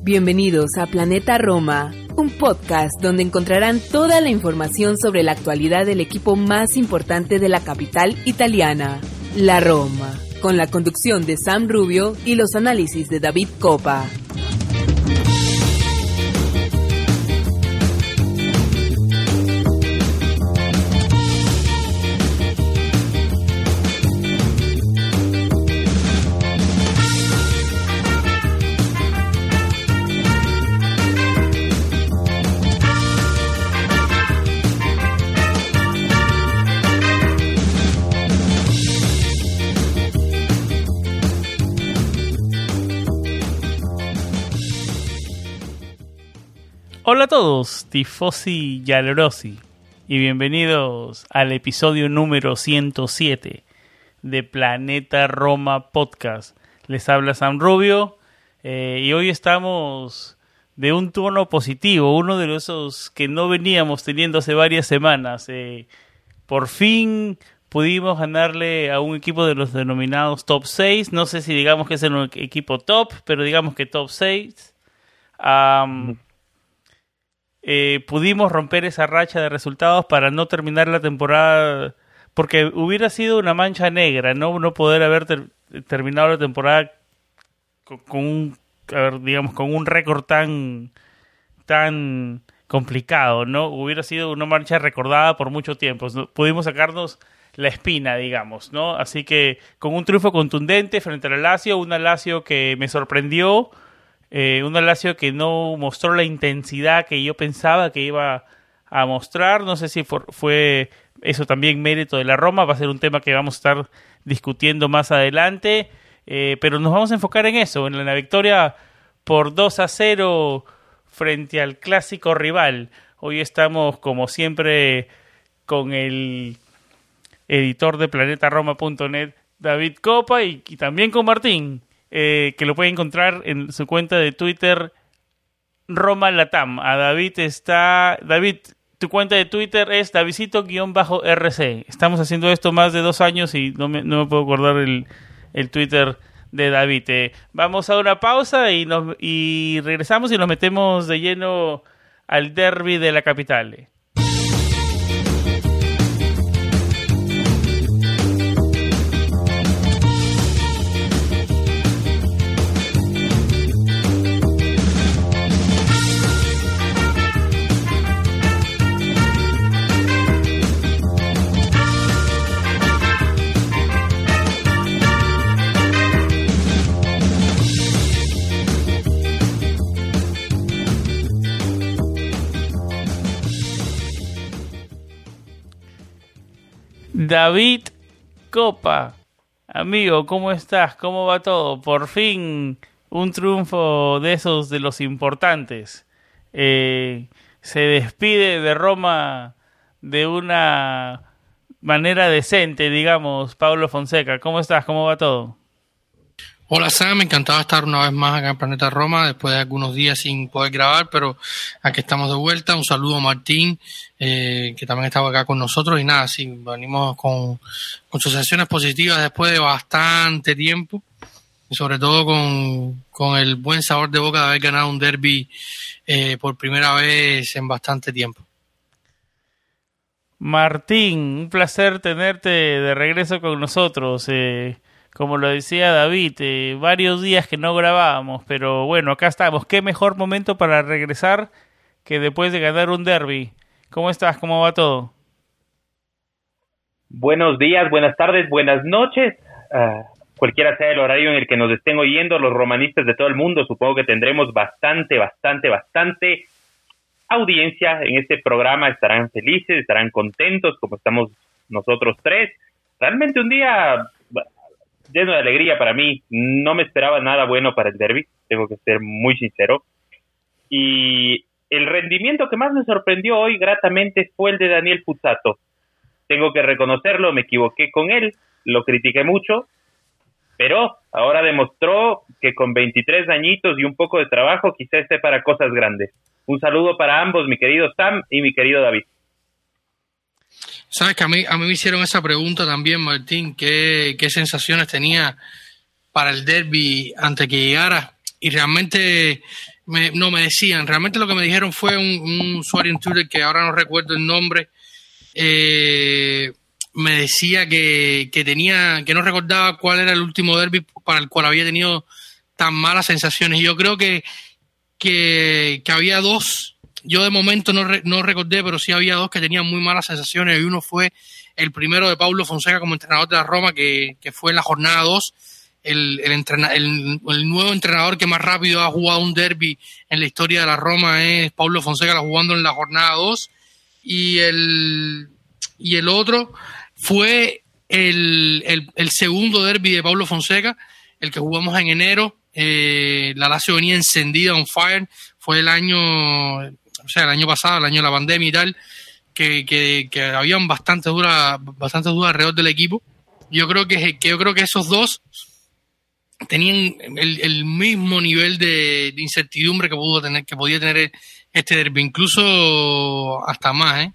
Bienvenidos a Planeta Roma, un podcast donde encontrarán toda la información sobre la actualidad del equipo más importante de la capital italiana, la Roma, con la conducción de Sam Rubio y los análisis de David Coppa. Hola a todos, tifosi giallorossi, y bienvenidos al episodio número 107 de Planeta Roma Podcast. Les habla Sam Rubio y hoy estamos de un tono positivo, uno de esos que no veníamos teniendo hace varias semanas. Por fin pudimos ganarle a un equipo de los denominados Top 6, no sé si digamos que es el equipo top, pero digamos que Top 6. Pudimos romper esa racha de resultados para no terminar la temporada, porque hubiera sido una mancha negra no poder haber terminado la temporada con un récord tan complicado, ¿no? Hubiera sido una marcha recordada por mucho tiempo. Pudimos sacarnos la espina, digamos, ¿no? Así que con un triunfo contundente frente a la Lazio, una Lazio que me sorprendió. Una Lazio que no mostró la intensidad que yo pensaba que iba a mostrar. No sé si fue eso también mérito de la Roma. Va a ser un tema que vamos a estar discutiendo más adelante. Pero nos vamos a enfocar en eso, en la victoria por 2-0 frente al clásico rival. Hoy estamos, como siempre, con el editor de planetaroma.net, David Coppa, y también con Martín. Que lo puede encontrar en su cuenta de Twitter Roma Latam. David, tu cuenta de Twitter es Davidcito_RC. Estamos haciendo esto más de 2 años y no me puedo acordar el Twitter de David. Vamos a una pausa y regresamos y nos metemos de lleno al derbi de la capital. David Coppa, amigo, ¿cómo estás? ¿Cómo va todo? Por fin un triunfo de esos de los importantes. Se despide de Roma de una manera decente, digamos, Pablo Fonseca. ¿Cómo estás? ¿Cómo va todo? Hola Sam, encantado de estar una vez más acá en Planeta Roma después de algunos días sin poder grabar, pero aquí estamos de vuelta. Un saludo a Martín, que también estaba acá con nosotros, y nada, sí, venimos con sensaciones positivas después de bastante tiempo, y sobre todo con el buen sabor de boca de haber ganado un derbi por primera vez en bastante tiempo. Martín, un placer tenerte de regreso con nosotros. Como lo decía David, varios días que no grabábamos, pero bueno, acá estamos. Qué mejor momento para regresar que después de ganar un derbi. ¿Cómo estás? ¿Cómo va todo? Buenos días, buenas tardes, buenas noches. Cualquiera sea el horario en el que nos estén oyendo los romanistas de todo el mundo, supongo que tendremos bastante audiencia en este programa. Estarán felices, estarán contentos, como estamos nosotros tres. Realmente un día lleno de alegría para mí. No me esperaba nada bueno para el derbi, tengo que ser muy sincero. Y el rendimiento que más me sorprendió hoy gratamente fue el de Daniel Puzzatto. Tengo que reconocerlo, me equivoqué con él, lo critiqué mucho, pero ahora demostró que con 23 añitos y un poco de trabajo quizá esté para cosas grandes. Un saludo para ambos, mi querido Sam y mi querido David. Sabes que a mí me hicieron esa pregunta también, Martín, qué sensaciones tenía para el derbi antes que llegara, y realmente me decían, realmente lo que me dijeron fue un usuario en Twitter que ahora no recuerdo el nombre, me decía que no recordaba cuál era el último derbi para el cual había tenido tan malas sensaciones. Y yo creo que había dos, yo de momento no recordé, pero sí había dos que tenían muy malas sensaciones, y uno fue el primero de Paulo Fonseca como entrenador de la Roma, que fue en la jornada 2, el nuevo entrenador que más rápido ha jugado un derbi en la historia de la Roma es Paulo Fonseca, jugando en la jornada 2, y el otro fue el segundo derbi de Paulo Fonseca, el que jugamos en enero. La Lazio venía encendida, on fire, fue el año pasado, el año de la pandemia y tal, que habían bastantes dudas alrededor del equipo. Yo creo que esos dos tenían el mismo nivel de incertidumbre que podía tener este derbi, incluso hasta más,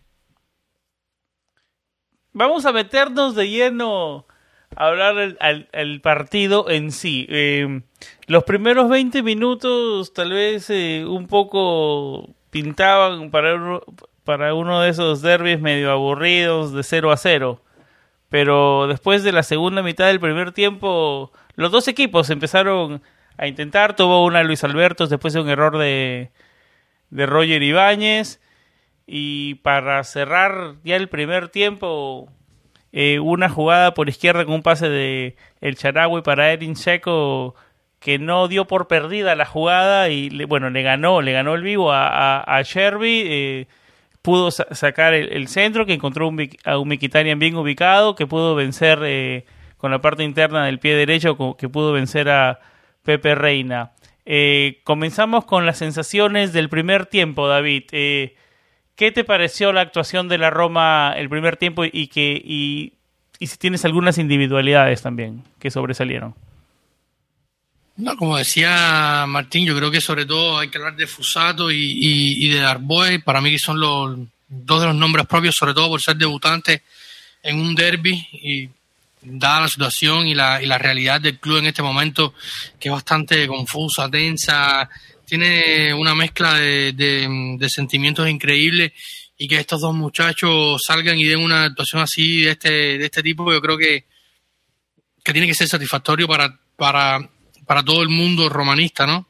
Vamos a meternos de lleno a hablar el partido en sí. Los primeros 20 minutos tal vez un poco pintaban para uno de esos derbis medio aburridos de 0-0. Pero después de la segunda mitad del primer tiempo, los dos equipos empezaron a intentar. Tuvo una Luis Alberto después de un error de Roger Ibáñez. Y para cerrar ya el primer tiempo, una jugada por izquierda con un pase de El Shaarawy para Edin Dzeko, que no dio por perdida la jugada y le ganó el vivo a Sherby. Pudo sacar el centro, que encontró a un Mkhitaryan bien ubicado, que pudo vencer con la parte interna del pie derecho, que pudo vencer a Pepe Reina. Comenzamos con las sensaciones del primer tiempo, David. ¿Qué te pareció la actuación de la Roma el primer tiempo y si tienes algunas individualidades también que sobresalieron? No, como decía Martín, yo creo que sobre todo hay que hablar de Fusato y de Darboe. Para mí que son los dos de los nombres propios, sobre todo por ser debutantes en un derbi, y dada la situación y la realidad del club en este momento, que es bastante confusa, tensa, tiene una mezcla de sentimientos increíbles, y que estos dos muchachos salgan y den una actuación así de este tipo, yo creo que tiene que ser satisfactorio para todo el mundo romanista, ¿no?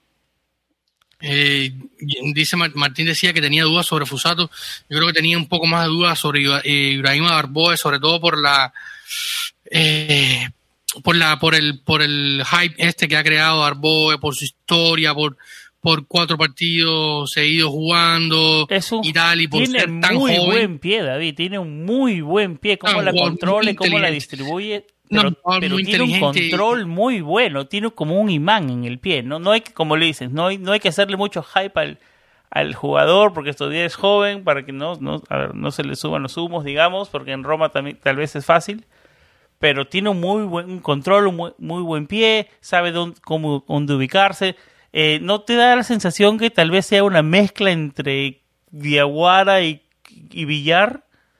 Martín decía que tenía dudas sobre Fusato. Yo creo que tenía un poco más de dudas sobre Ibrahima Darboe, sobre todo por el hype que ha creado Darboe, por su historia, por 4 partidos seguidos jugando y tal, y por ser tan joven. Tiene muy buen pie, David, tiene un muy buen pie, cómo la controla y cómo la distribuye, pero tiene un control muy bueno, tiene como un imán en el pie, no hay que, como le dices, no hay que hacerle mucho hype al jugador, porque todavía es joven, para que no se le suban los humos, digamos, porque en Roma también tal vez es fácil, pero tiene un muy buen control, un muy buen pie, sabe dónde ubicarse. ¿No te da la sensación que tal vez sea una mezcla entre Diawara y Villar?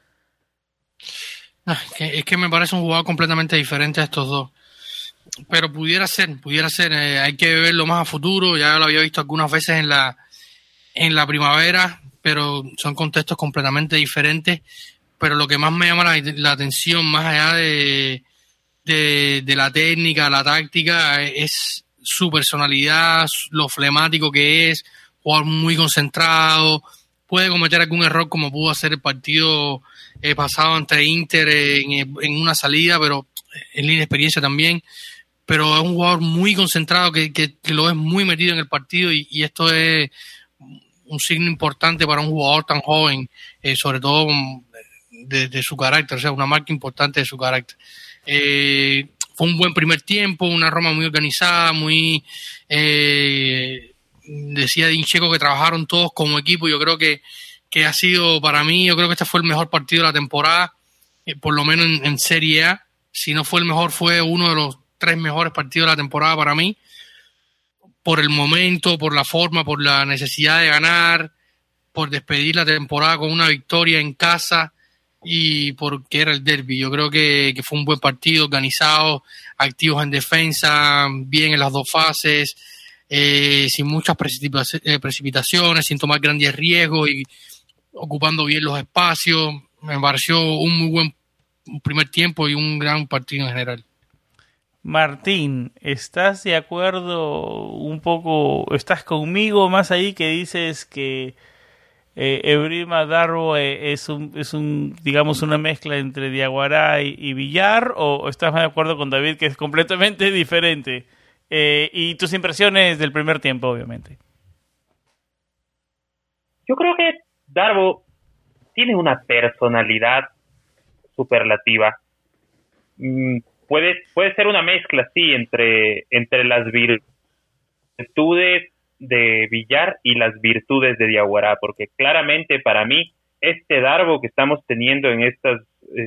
Es que me parece un jugador completamente diferente a estos dos. Pero pudiera ser. Hay que verlo más a futuro. Ya lo había visto algunas veces en la primavera, pero son contextos completamente diferentes. Pero lo que más me llama la atención, más allá de la técnica, la táctica, es su personalidad, lo flemático que es, jugador muy concentrado, puede cometer algún error como pudo hacer el partido pasado ante Inter en una salida, pero en la inexperiencia también, pero es un jugador muy concentrado que lo es muy metido en el partido, y esto es un signo importante para un jugador tan joven, sobre todo de su carácter, o sea, una marca importante de su carácter. Fue un buen primer tiempo, una Roma muy organizada, decía Edin Dzeko que trabajaron todos como equipo. Yo creo que ha sido, para mí, yo creo que este fue el mejor partido de la temporada, por lo menos en Serie A. Si no fue el mejor, fue uno de los 3 mejores partidos de la temporada para mí, por el momento, por la forma, por la necesidad de ganar, por despedir la temporada con una victoria en casa, y porque era el derbi. Yo creo que fue un buen partido, organizado, activos en defensa, bien en las dos fases, sin muchas precipitaciones, sin tomar grandes riesgos y ocupando bien los espacios. Me pareció un muy buen primer tiempo y un gran partido en general. Martín, ¿estás de acuerdo un poco, estás conmigo más ahí que dices que Ebrima Darboe es un digamos una mezcla entre Diaguará y Villar, o estás más de acuerdo con David que es completamente diferente? Y tus impresiones del primer tiempo, obviamente. Yo creo que Darboe tiene una personalidad superlativa. Puede ser una mezcla, sí, entre las virtudes de Villar y las virtudes de Diaguará, porque claramente para mí este Darboe que estamos teniendo en estas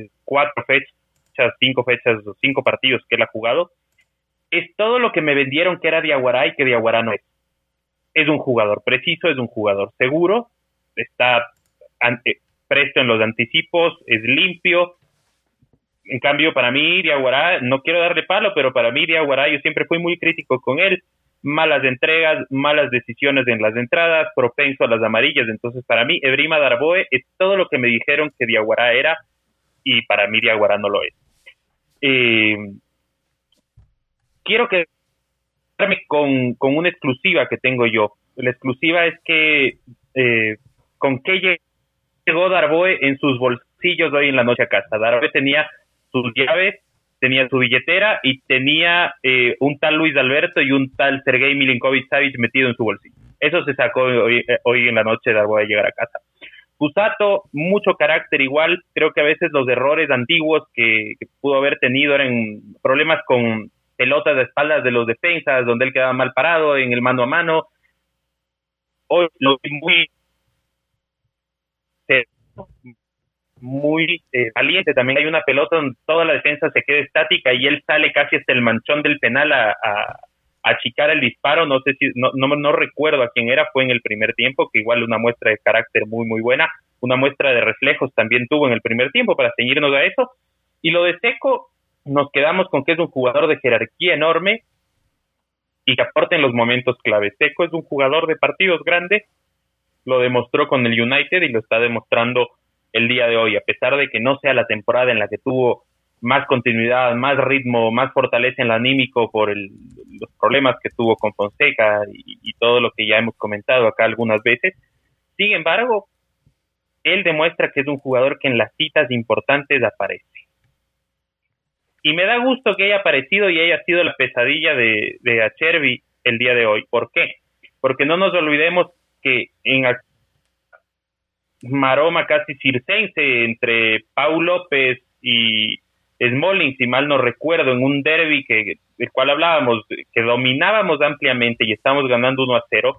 5 partidos que él ha jugado, es todo lo que me vendieron que era Diaguará y que Diaguará no es. Es un jugador preciso, es un jugador seguro, está presto en los anticipos, es limpio. En cambio, para mí, Diaguará, no quiero darle palo, pero para mí, Diaguará, yo siempre fui muy crítico con él. Malas entregas, malas decisiones en las entradas, propenso a las amarillas. Entonces, para mí, Ebrima Darboe es todo lo que me dijeron que Diaguará era, y para mí, Diaguará no lo es. Quiero quedarme con una exclusiva que tengo yo. La exclusiva es que con qué llegó Darboe en sus bolsillos hoy en la noche a casa. Darboe tenía sus llaves, tenía su billetera y tenía un tal Luis Alberto y un tal Sergei Milinkovic-Savic metido en su bolsillo. Eso se sacó hoy en la noche de Darboe de llegar a casa. Fusato, mucho carácter igual. Creo que a veces los errores antiguos que pudo haber tenido eran problemas con pelotas de espaldas de los defensas, donde él quedaba mal parado en el mano a mano. Hoy lo vi muy valiente. También hay una pelota donde toda la defensa se queda estática y él sale casi hasta el manchón del penal a achicar el disparo. No sé si, no recuerdo a quién era, fue en el primer tiempo, que igual una muestra de carácter muy muy buena, una muestra de reflejos también tuvo en el primer tiempo para ceñirnos a eso. Y lo de Seco, nos quedamos con que es un jugador de jerarquía enorme y que aporta en los momentos clave. Seco es un jugador de partidos grandes, lo demostró con el United y lo está demostrando el día de hoy, a pesar de que no sea la temporada en la que tuvo más continuidad, más ritmo, más fortaleza en lo anímico por los problemas que tuvo con Fonseca y todo lo que ya hemos comentado acá algunas veces. Sin embargo, él demuestra que es un jugador que en las citas importantes aparece. Y me da gusto que haya aparecido y haya sido la pesadilla de Acerbi el día de hoy. ¿Por qué? Porque no nos olvidemos que en maroma casi circense entre Pau López y Smalling, si mal no recuerdo, en un derbi del cual hablábamos, que dominábamos ampliamente y estábamos ganando 1-0,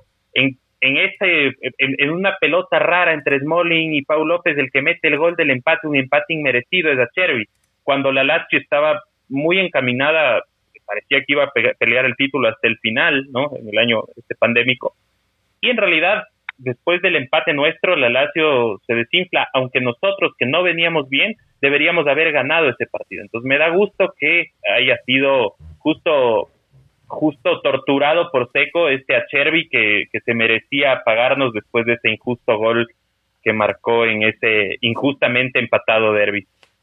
en una pelota rara entre Smalling y Pau López, el que mete el gol del empate, un empate inmerecido, es Acerbi. Cuando la Lazio estaba muy encaminada, parecía que iba a pelear el título hasta el final, ¿no? En el año pandémico. Y en realidad, después del empate nuestro, la Lazio se desinfla, aunque nosotros, que no veníamos bien, deberíamos haber ganado ese partido. Entonces me da gusto que haya sido justo torturado por Seco este Acerbi que se merecía pagarnos después de ese injusto gol que marcó en ese injustamente empatado derbi.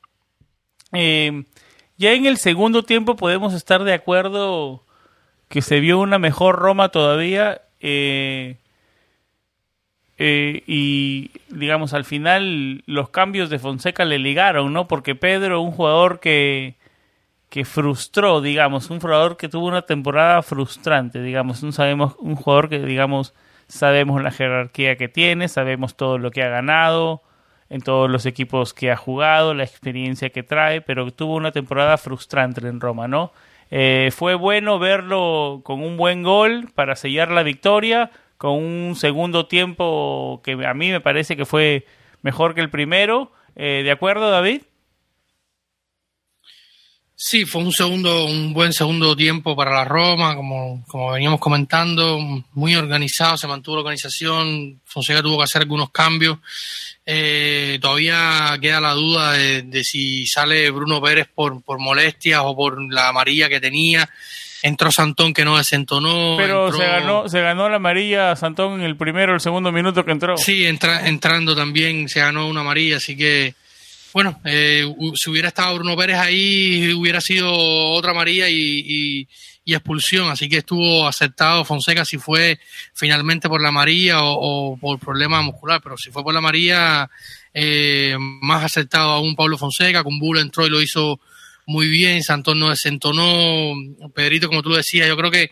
Ya en el segundo tiempo podemos estar de acuerdo que se vio una mejor Roma todavía, y digamos al final los cambios de Fonseca le ligaron, ¿no? Porque Pedro, un jugador que frustró, digamos, un jugador que tuvo una temporada frustrante, digamos, un jugador que, digamos, sabemos la jerarquía que tiene, sabemos todo lo que ha ganado en todos los equipos que ha jugado, la experiencia que trae, pero tuvo una temporada frustrante en Roma, ¿no? Fue bueno verlo con un buen gol para sellar la victoria, con un segundo tiempo que a mí me parece que fue mejor que el primero. ¿De acuerdo, David? Sí, fue un buen segundo tiempo para la Roma, como veníamos comentando, muy organizado, se mantuvo la organización, Fonseca tuvo que hacer algunos cambios. Todavía queda la duda de si sale Bruno Pérez por molestias o por la amarilla que tenía. entró Santón que no desentonó. Pero se ganó la amarilla Santón en el primero o el segundo minuto que entró. Sí, entrando también se ganó una amarilla, así que bueno, si hubiera estado Bruno Pérez ahí hubiera sido otra amarilla y expulsión, así que estuvo aceptado Fonseca si fue finalmente por la amarilla o por problema muscular, pero si fue por la amarilla, más aceptado aún Pablo Fonseca. Kumbula entró y lo hizo muy bien, Santón no desentonó, Pedrito, como tú lo decías, yo creo que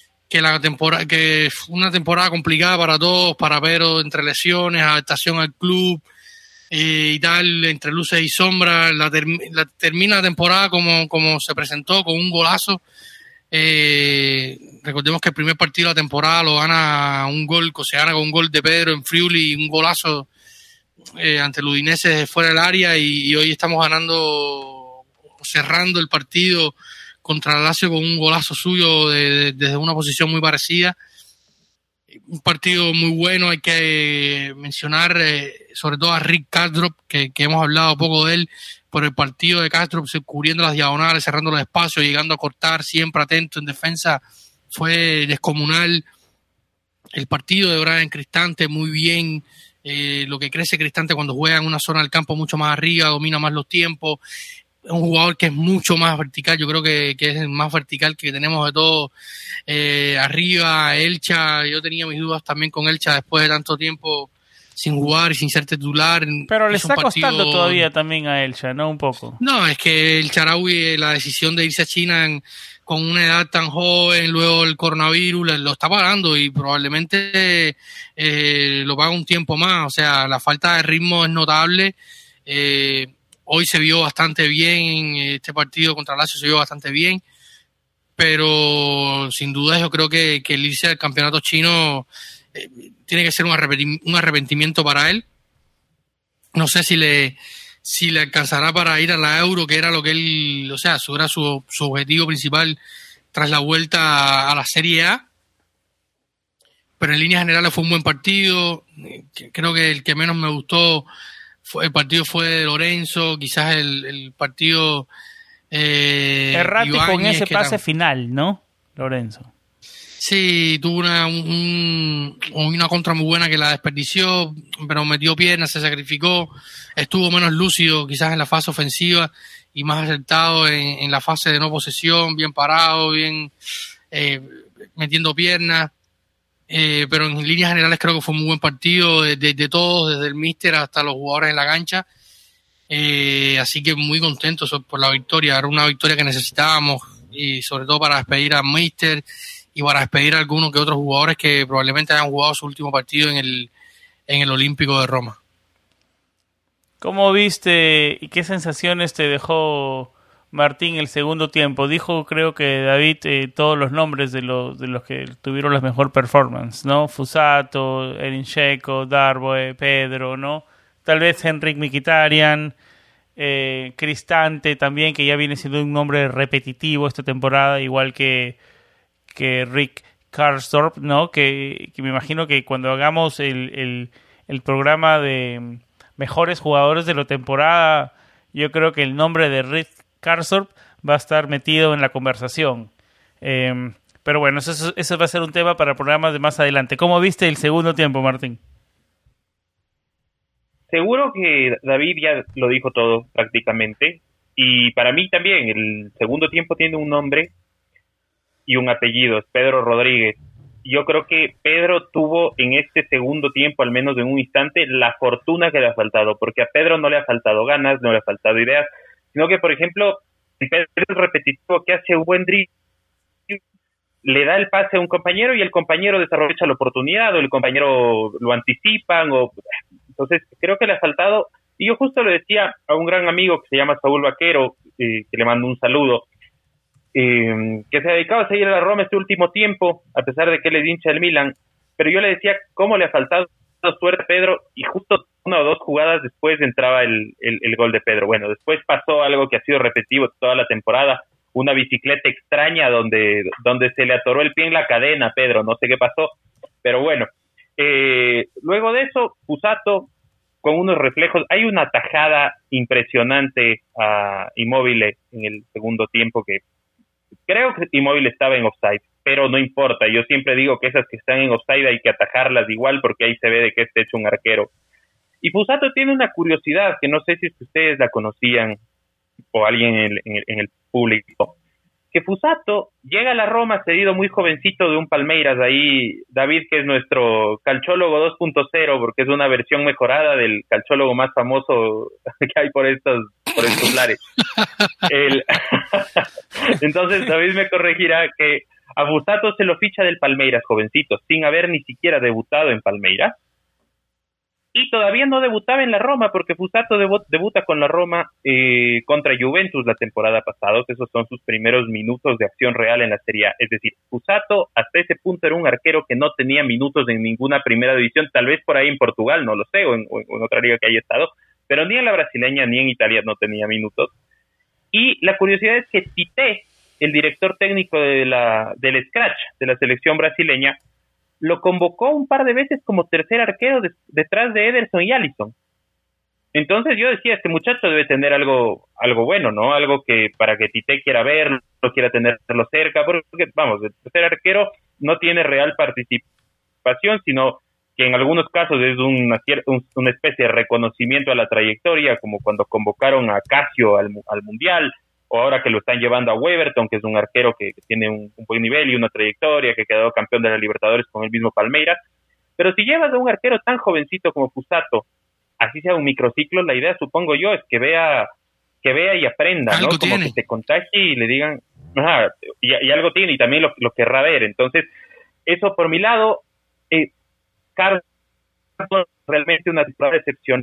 fue una temporada complicada para todos, para Pedro, entre lesiones, adaptación al club y tal, entre luces y sombras. Termina la temporada como se presentó, con un golazo. Recordemos que el primer partido de la temporada lo gana se gana con un gol de Pedro en Friuli, un golazo ante el Udinese fuera del área, y hoy estamos cerrando el partido contra el Lazio con un golazo suyo desde una posición muy parecida. Un partido muy bueno, hay que mencionar sobre todo a Rick Karsdorp, que hemos hablado poco de él, por el partido de Karsdorp, cubriendo las diagonales, cerrando los espacios, llegando a cortar, siempre atento en defensa, fue descomunal. El partido de Brian Cristante, muy bien, lo que crece Cristante cuando juega en una zona del campo mucho más arriba, domina más los tiempos. Es un jugador que es mucho más vertical, yo creo que es el más vertical que tenemos de todos. Arriba, Elcha, yo tenía mis dudas también con Elcha después de tanto tiempo sin jugar y sin ser titular. Pero le está costando todavía también a Elcha, ¿no? Un poco. No, es que el Charaui, la decisión de irse a China con una edad tan joven, luego el coronavirus, lo está pagando y probablemente lo paga un tiempo más. O sea, la falta de ritmo es notable. Hoy se vio bastante bien, este partido contra Lazio se vio bastante bien, pero sin duda yo creo que el irse al campeonato chino tiene que ser un arrepentimiento para él. No sé si le alcanzará para ir a la Euro, que era lo que él, o sea, era su objetivo principal tras la vuelta a la Serie A. Pero en líneas generales fue un buen partido. Creo que el que menos me gustó el partido fue de Lorenzo, quizás el partido errático con ese pase final, ¿no, Lorenzo? Sí, tuvo una contra muy buena que la desperdició, pero metió piernas, se sacrificó, estuvo menos lúcido quizás en la fase ofensiva y más acertado en la fase de no posesión, bien parado, bien metiendo piernas. Pero en líneas generales creo que fue un muy buen partido de todos, desde el míster hasta los jugadores en la cancha, así que muy contentos por la victoria. Era una victoria que necesitábamos, y sobre todo para despedir a míster y para despedir a algunos que otros jugadores que probablemente hayan jugado su último partido en el Olímpico de Roma. ¿Cómo viste y qué sensaciones te dejó Martín el segundo tiempo? Dijo, creo que David, todos los nombres de los que tuvieron la mejor performance, ¿no? Fusato, Erin Dzeko, Darboe, Pedro, ¿no? Tal vez Henrik Mkhitaryan, Cristante también, que ya viene siendo un nombre repetitivo esta temporada, igual que Rick Karsdorp, ¿no? Que me imagino que cuando hagamos el programa de mejores jugadores de la temporada, yo creo que el nombre de Rick Karsdorp va a estar metido en la conversación. Pero bueno, eso va a ser un tema para programas de más adelante. ¿Cómo viste el segundo tiempo, Martín? Seguro que David ya lo dijo todo prácticamente. Y para mí también, el segundo tiempo tiene un nombre y un apellido, es Pedro Rodríguez. Yo creo que Pedro tuvo en este segundo tiempo, al menos en un instante, la fortuna que le ha faltado, porque a Pedro no le ha faltado ganas, no le ha faltado ideas, sino que, por ejemplo, si Pedro es repetitivo, que hace un buen drible, le da el pase a un compañero y el compañero desaprovecha la oportunidad, o el compañero lo anticipan, entonces creo que le ha faltado. Y yo justo le decía a un gran amigo que se llama Saúl Vaquero, que le mando un saludo, que se ha dedicado a seguir a la Roma este último tiempo, a pesar de que él es hincha del Milan, pero yo le decía cómo le ha faltado suerte a Pedro, y justo una o dos jugadas después entraba el gol de Pedro. Bueno, después pasó algo que ha sido repetitivo toda la temporada, una bicicleta extraña donde se le atoró el pie en la cadena a Pedro, no sé qué pasó, pero bueno, luego de eso, Fusato con unos reflejos, hay una tajada impresionante a Immobile en el segundo tiempo que creo que Immobile estaba en offside, pero no importa, yo siempre digo que esas que están en offside hay que atajarlas igual porque ahí se ve de qué está hecho un arquero. Y Fusato tiene una curiosidad que no sé si ustedes la conocían o alguien en el público, que Fusato llega a la Roma cedido muy jovencito de un Palmeiras, ahí David, que es nuestro calchólogo 2.0, porque es una versión mejorada del calchólogo más famoso que hay por estos lares. Entonces David me corregirá que a Fusato se lo ficha del Palmeiras jovencito, sin haber ni siquiera debutado en Palmeiras. Y todavía no debutaba en la Roma, porque Fusato debuta con la Roma contra Juventus la temporada pasada. Esos son sus primeros minutos de acción real en la Serie A. Es decir, Fusato hasta ese punto era un arquero que no tenía minutos en ninguna primera división, tal vez por ahí en Portugal, no lo sé, o en otra liga que haya estado, pero ni en la brasileña ni en Italia no tenía minutos. Y la curiosidad es que Tite, el director técnico del Scratch, de la selección brasileña, lo convocó un par de veces como tercer arquero detrás de Ederson y Alisson. Entonces yo decía, este muchacho debe tener algo bueno, ¿no? Algo que para que Tite quiera verlo, quiera tenerlo cerca, porque, vamos, el tercer arquero no tiene real participación, sino que en algunos casos es una especie de reconocimiento a la trayectoria, como cuando convocaron a Casio al Mundial, o ahora que lo están llevando a Weberton, que es un arquero que tiene un buen nivel y una trayectoria, que quedó campeón de la Libertadores con el mismo Palmeiras. Pero si llevas a un arquero tan jovencito como Fusato, así sea un microciclo, la idea, supongo yo, es que vea y aprenda, ¿no? Como que se contagie y le digan, ajá, y algo tiene, y también lo querrá ver. Entonces, eso por mi lado, Carlos, realmente una temporada excepcional.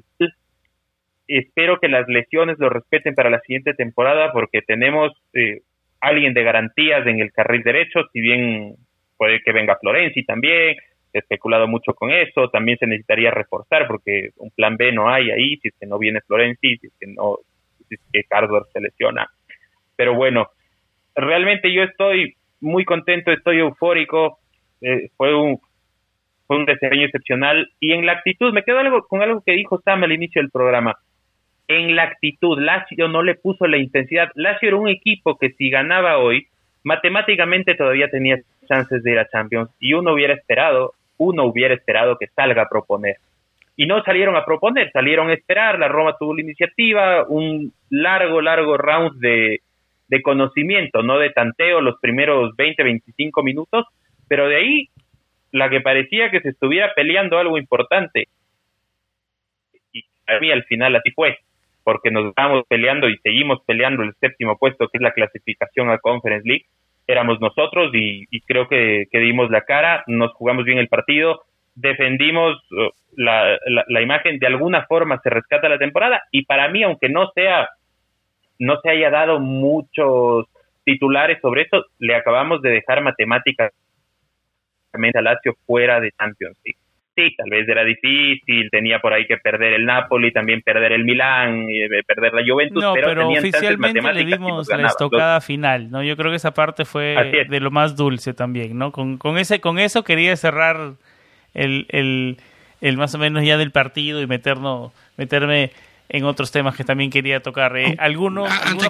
Espero que las lesiones lo respeten para la siguiente temporada, porque tenemos alguien de garantías en el carril derecho, si bien puede que venga Florenzi también, he especulado mucho con eso, también se necesitaría reforzar porque un plan B no hay ahí, si es que no viene Florenzi, si es que Cardor se lesiona. Pero bueno, realmente yo estoy muy contento, estoy eufórico, fue un desempeño excepcional, y en la actitud, me quedo con algo que dijo Sam al inicio del programa. En la actitud, Lazio no le puso la intensidad. Lazio era un equipo que si ganaba hoy, matemáticamente todavía tenía chances de ir a Champions, y uno hubiera esperado que salga a proponer. Y no salieron a proponer, salieron a esperar. La Roma tuvo la iniciativa, un largo round de conocimiento, no de tanteo, los primeros 20-25 minutos, pero de ahí, la que parecía que se estuviera peleando algo importante, y a mí al final así fue, porque nos estábamos peleando y seguimos peleando el séptimo puesto, que es la clasificación a Conference League. Éramos nosotros y creo que dimos la cara, nos jugamos bien el partido, defendimos la imagen, de alguna forma se rescata la temporada, y para mí, aunque no se haya dado muchos titulares sobre eso, le acabamos de dejar matemáticamente a Lazio fuera de Champions League. Sí, tal vez era difícil, tenía por ahí que perder el Napoli, también perder el Milán, perder la Juventus, no, pero oficialmente le dimos la estocada final, ¿no? Yo creo que esa parte fue de lo más dulce también, ¿no? Con eso quería cerrar el más o menos ya del partido y meterme en otros temas que también quería tocar. Antes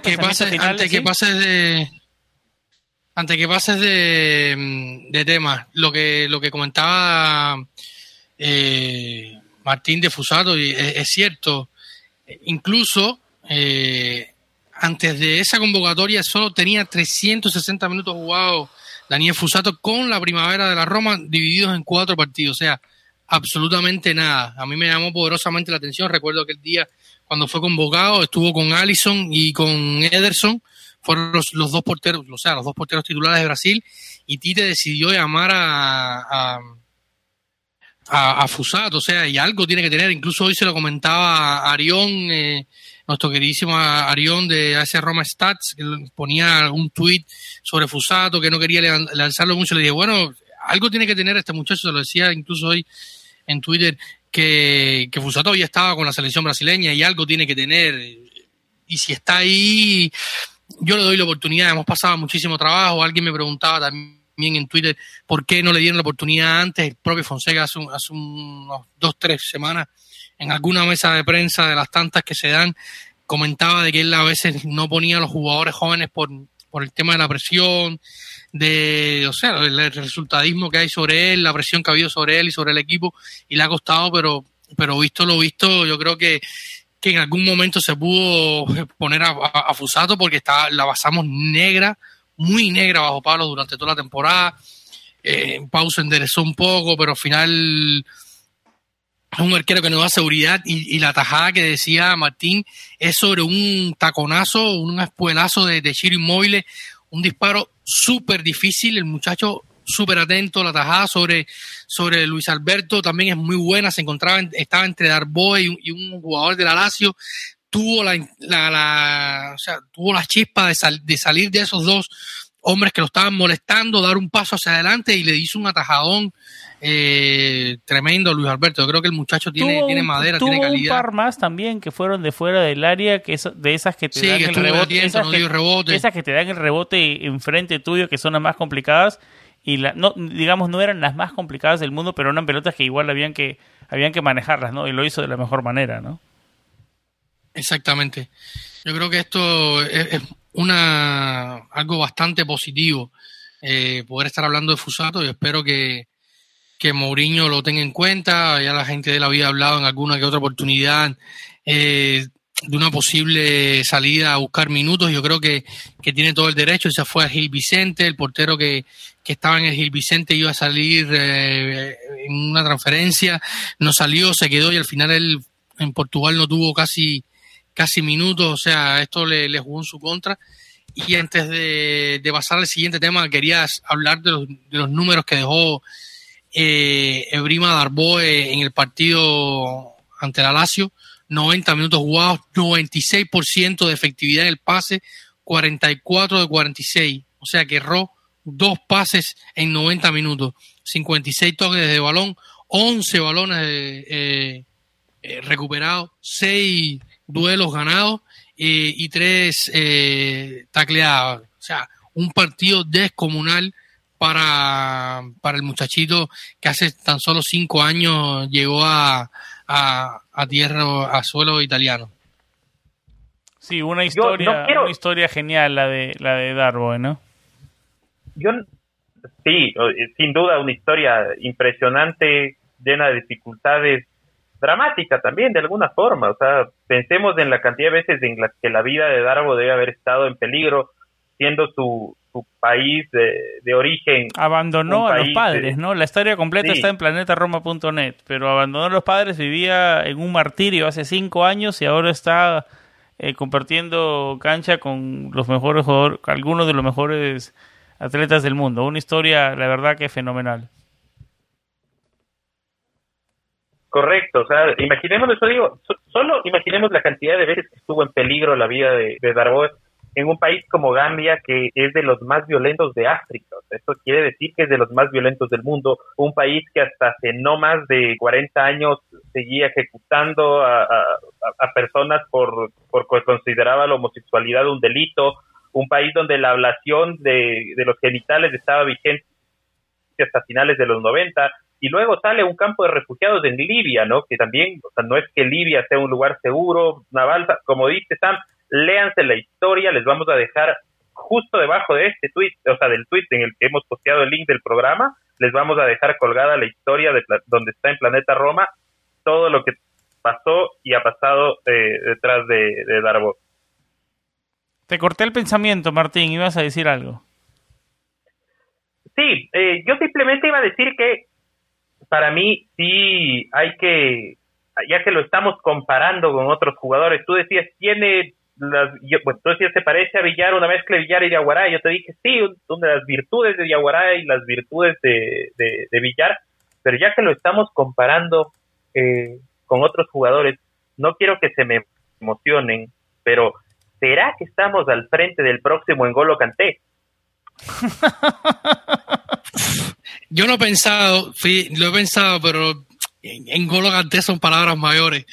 que pases de temas, lo que comentaba Martín de Fusato, y es cierto, incluso antes de esa convocatoria solo tenía 360 minutos jugados Daniel Fusato con la Primavera de la Roma, divididos en 4 partidos, o sea, absolutamente nada. A mí me llamó poderosamente la atención. Recuerdo aquel día cuando fue convocado, estuvo con Alisson y con Ederson, fueron los dos porteros, o sea, los dos porteros titulares de Brasil, y Tite decidió llamar a Fusato, o sea, y algo tiene que tener. Incluso hoy se lo comentaba a Arión, nuestro queridísimo Arión de AS Roma Stats, que ponía un tuit sobre Fusato, que no quería lanzarlo mucho. Le dije, bueno, algo tiene que tener este muchacho, se lo decía incluso hoy en Twitter, que Fusato ya estaba con la selección brasileña y algo tiene que tener, y si está ahí, yo le doy la oportunidad. Hemos pasado muchísimo trabajo. Alguien me preguntaba también en Twitter por qué no le dieron la oportunidad antes. El propio Fonseca hace unos 2-3 semanas, en alguna mesa de prensa de las tantas que se dan, comentaba de que él a veces no ponía a los jugadores jóvenes por por el tema de la presión, o sea, el resultadismo que hay sobre él, la presión que ha habido sobre él y sobre el equipo, y le ha costado, pero visto lo visto, yo creo que en algún momento se pudo poner a Fusato, porque la basamos negra, muy negra bajo palos durante toda la temporada. Pau se enderezó un poco, pero al final es un arquero que nos da seguridad, y la tajada que decía Martín es sobre un taconazo, un espuelazo de Ciro Immobile, un disparo súper difícil, el muchacho súper atento, la tajada sobre Luis Alberto también es muy buena, estaba entre Darboe y un jugador de la Lazio, tuvo tuvo la chispa de salir de esos dos hombres que lo estaban molestando, dar un paso hacia adelante, y le hizo un atajadón tremendo a Luis Alberto. Yo creo que el muchacho tiene madera, tiene calidad. Tuvo un par más también que fueron de fuera del área, de esas que te dan el rebote, esas que te dan el rebote enfrente tuyo, que son las más complicadas, y no eran las más complicadas del mundo, pero eran pelotas que igual habían que manejarlas, ¿no? Y lo hizo de la mejor manera, ¿no? Exactamente. Yo creo que esto es algo bastante positivo, poder estar hablando de Fusato, y espero que Mourinho lo tenga en cuenta. Ya la gente de él había hablado en alguna que otra oportunidad de una posible salida a buscar minutos. Yo creo que tiene todo el derecho. Se fue a Gil Vicente, el portero que estaba en el Gil Vicente iba a salir en una transferencia, no salió, se quedó, y al final él en Portugal no tuvo casi minutos. O sea, esto le jugó en su contra. Y antes de pasar al siguiente tema, quería hablar de los números que dejó Ebrima Darboe en el partido ante la Lazio. 90 minutos jugados, 96% de efectividad en el pase, 44 de 46, o sea que erró 2 pases en 90 minutos, 56 toques de balón, 11 balones recuperados, 6 duelos ganados y 3 tacleadas. O sea, un partido descomunal para el muchachito que hace tan solo 5 años llegó a suelo italiano. Sí, una historia genial la de Darboe, ¿no? Sí, sin duda una historia impresionante, llena de dificultades, dramática también de alguna forma. O sea, pensemos en la cantidad de veces en las que la vida de Darboe debe haber estado en peligro, siendo su país de origen. Abandonó a los padres, ¿no? La historia completa está en planetaroma.net, pero abandonó a los padres, vivía en un martirio hace 5 años y ahora está compartiendo cancha con los mejores jugadores, algunos de los mejores atletas del mundo. Una historia, la verdad, que fenomenal. Correcto, o sea, imaginemos eso, digo, solo imaginemos la cantidad de veces que estuvo en peligro la vida de Darboe en un país como Gambia, que es de los más violentos de África. O sea, esto quiere decir que es de los más violentos del mundo, un país que hasta hace no más de 40 años seguía ejecutando a personas por consideraba la homosexualidad un delito, un país donde la ablación de los genitales estaba vigente hasta finales de los 90, y luego sale un campo de refugiados en Libia, ¿no? Que también, o sea, no es que Libia sea un lugar seguro, una balsa, como dice Sam, léanse la historia, les vamos a dejar justo debajo de este tweet, o sea, del tweet en el que hemos posteado el link del programa, les vamos a dejar colgada la historia donde está en Planeta Roma, todo lo que pasó y ha pasado detrás de Darboe. Te corté el pensamiento, Martín, ibas a decir algo. Sí, yo simplemente iba a decir que para mí sí hay que, ya que lo estamos comparando con otros jugadores, tú decías, tú decías, se parece a Villar, una mezcla de Villar y de Aguará, yo te dije, sí, una de las virtudes de Aguará y las virtudes de Villar, pero ya que lo estamos comparando con otros jugadores, no quiero que se me emocionen, pero ¿será que estamos al frente del próximo N'Golo Kanté? Yo lo he pensado, pero N'Golo Kanté son palabras mayores.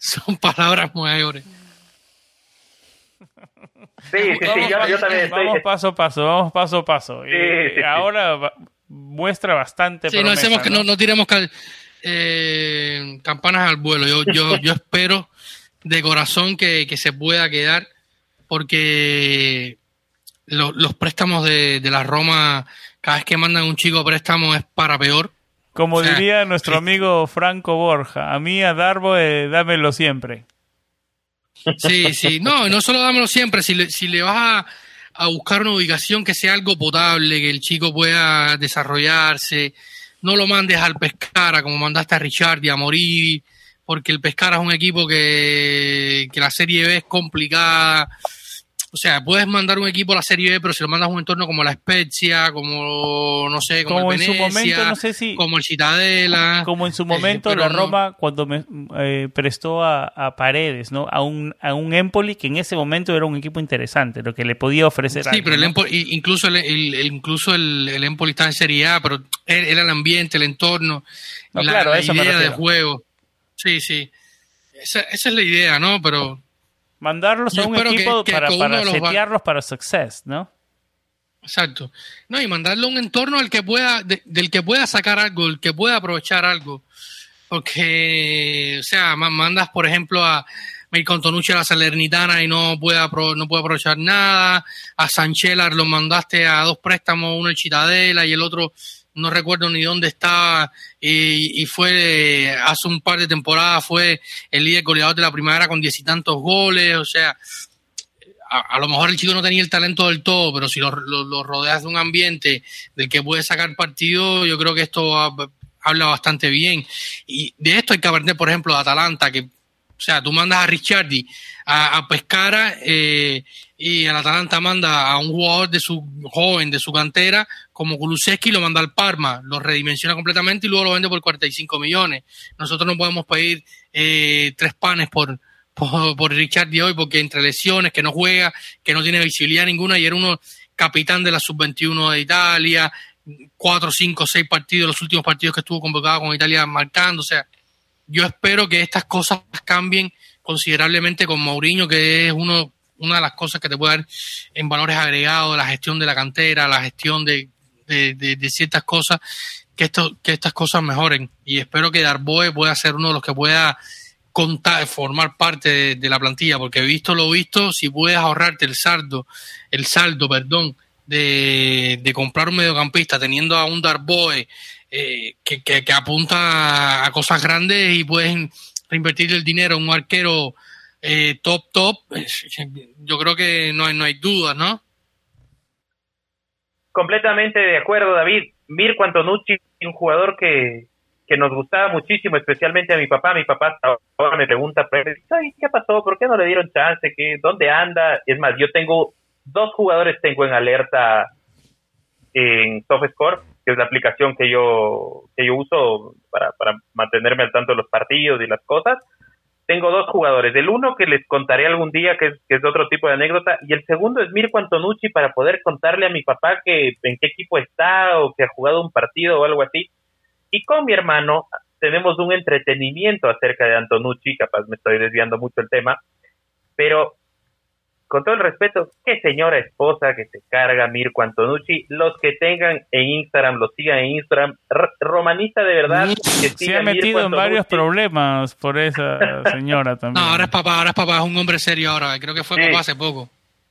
Sí, yo también estoy. Vamos paso a paso. Sí. Ahora muestra bastante promesa, no tiremos campanas al vuelo. Yo espero de corazón que se pueda quedar, porque los préstamos de la Roma, cada vez que mandan un chico a préstamo es para peor. Como diría nuestro amigo Franco Borja, a mí a Darbo dámelo siempre. Sí, no solo dámelo siempre, si le vas a buscar una ubicación que sea algo potable, que el chico pueda desarrollarse, no lo mandes al Pescara como mandaste a Ricciardi a morir, porque el Pescara es un equipo que la Serie B es complicada. O sea, puedes mandar un equipo a la Serie B, pero si lo mandas a un entorno como la Spezia, como, no sé, como el Venecia, en su momento, no sé si, como el Cittadella. Como en su momento la Roma cuando prestó a Paredes, ¿no? A un Empoli que en ese momento era un equipo interesante, lo que le podía ofrecer. Sí, algo, pero ¿no? incluso el Empoli estaba en Serie A, pero era el ambiente, el entorno, la idea de juego. Sí. Esa es la idea, ¿no? Pero mandarlos a un equipo para setearlos para success, ¿no? Exacto. No, y mandarlo a un entorno al que pueda, del que pueda sacar algo, el que pueda aprovechar algo. Porque, o sea, mandas, por ejemplo, a Mirko Antonucci a la Salernitana y no puede aprovechar nada. A Sanchelar lo mandaste a 2 préstamos, uno en Cittadella y el otro no recuerdo ni dónde estaba, y fue hace un par de temporadas fue el líder goleador de la Primavera con 10 y tantos goles. O sea, a lo mejor el chico no tenía el talento del todo, pero si lo rodeas de un ambiente del que puede sacar partido, yo creo que esto habla bastante bien. Y de esto hay que aprender, por ejemplo, de Atalanta, que, o sea, tú mandas a Ricciardi a Pescara, y el Atalanta manda a un jugador de su cantera como Kulusevski, lo manda al Parma, lo redimensiona completamente y luego lo vende por 45 millones. Nosotros no podemos pedir 3 panes por Ricciardi hoy, porque entre lesiones, que no juega, que no tiene visibilidad ninguna, y era uno capitán de la sub-21 de Italia, 4, 5, 6 partidos, los últimos partidos que estuvo convocado con Italia marcando. O sea, yo espero que estas cosas cambien considerablemente con Mourinho, que es una de las cosas que te puede dar en valores agregados, la gestión de la cantera, la gestión de ciertas cosas, que estas cosas mejoren. Y espero que Darboe pueda ser uno de los que pueda formar parte de la plantilla, porque visto lo visto, si puedes ahorrarte el saldo, de comprar un mediocampista teniendo a un Darboe que apunta a cosas grandes, y puedes reinvertir el dinero en un arquero top, yo creo que no hay dudas, ¿no? Completamente de acuerdo, David. Mirko Antonucci, un jugador que nos gustaba muchísimo, especialmente a mi papá. Mi papá ahora me pregunta, ¿qué pasó? ¿Por qué no le dieron chance? ¿Dónde anda? Es más, yo tengo 2 jugadores en alerta en SoftScore, que es la aplicación que yo uso para mantenerme al tanto de los partidos y las cosas. Tengo 2 jugadores, el uno que les contaré algún día, que es otro tipo de anécdota, y el segundo es Mirko Antonucci, para poder contarle a mi papá en qué equipo está, o que ha jugado un partido o algo así. Y con mi hermano tenemos un entretenimiento acerca de Antonucci. Capaz me estoy desviando mucho el tema, pero con todo el respeto, qué señora esposa que se carga Mirko Antonucci. Los que tengan en Instagram, lo sigan en Instagram. Romanista de verdad. Que se ha metido en varios problemas por esa señora también. No, ahora es papá, es un hombre serio ahora. Creo que fue papá hace poco.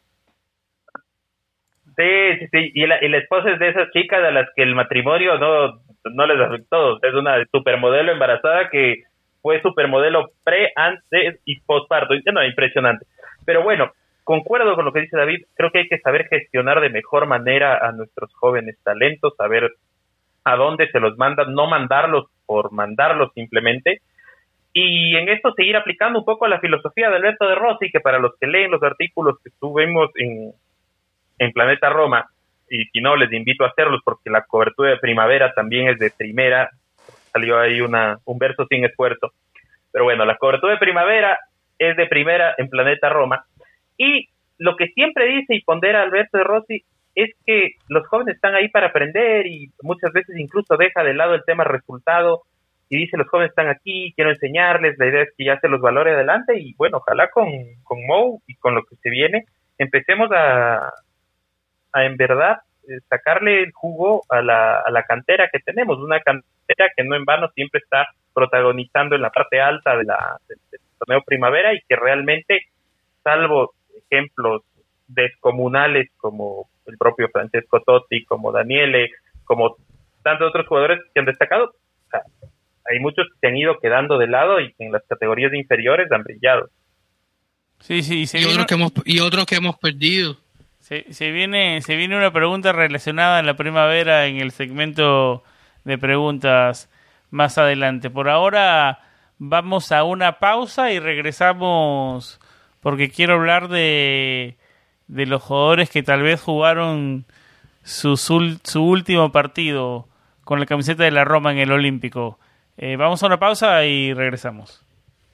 Sí. Y la esposa es de esas chicas a las que el matrimonio no les afectó. Es una supermodelo embarazada que fue supermodelo pre, antes y postparto. No, impresionante. Pero bueno, concuerdo con lo que dice David. Creo que hay que saber gestionar de mejor manera a nuestros jóvenes talentos, saber a dónde se los mandan, no mandarlos por mandarlos simplemente. Y en esto seguir aplicando un poco la filosofía de Alberto De Rossi, que para los que leen los artículos que subimos en Planeta Roma, y si no, les invito a hacerlos, porque la cobertura de primavera también es de primera. Salió ahí un verso sin esfuerzo. Pero bueno, la cobertura de primavera es de primera en Planeta Roma. Y lo que siempre dice y pondera Alberto De Rossi es que los jóvenes están ahí para aprender, y muchas veces incluso deja de lado el tema resultado y dice: los jóvenes están aquí, quiero enseñarles, la idea es que ya se los valore adelante. Y bueno, ojalá con Mou y con lo que se viene empecemos a en verdad sacarle el jugo a la cantera que tenemos, una cantera que no en vano siempre está protagonizando en la parte alta del torneo primavera, y que realmente, salvo ejemplos descomunales como el propio Francesco Totti, como Daniele, como tantos otros jugadores que han destacado. O sea, hay muchos que se han ido quedando de lado y que en las categorías inferiores han brillado. Sí, y otros que hemos perdido. Se viene una pregunta relacionada en la primavera en el segmento de preguntas más adelante. Por ahora vamos a una pausa y regresamos porque quiero hablar de los jugadores que tal vez jugaron su último partido con la camiseta de la Roma en el Olímpico. Vamos a una pausa y regresamos.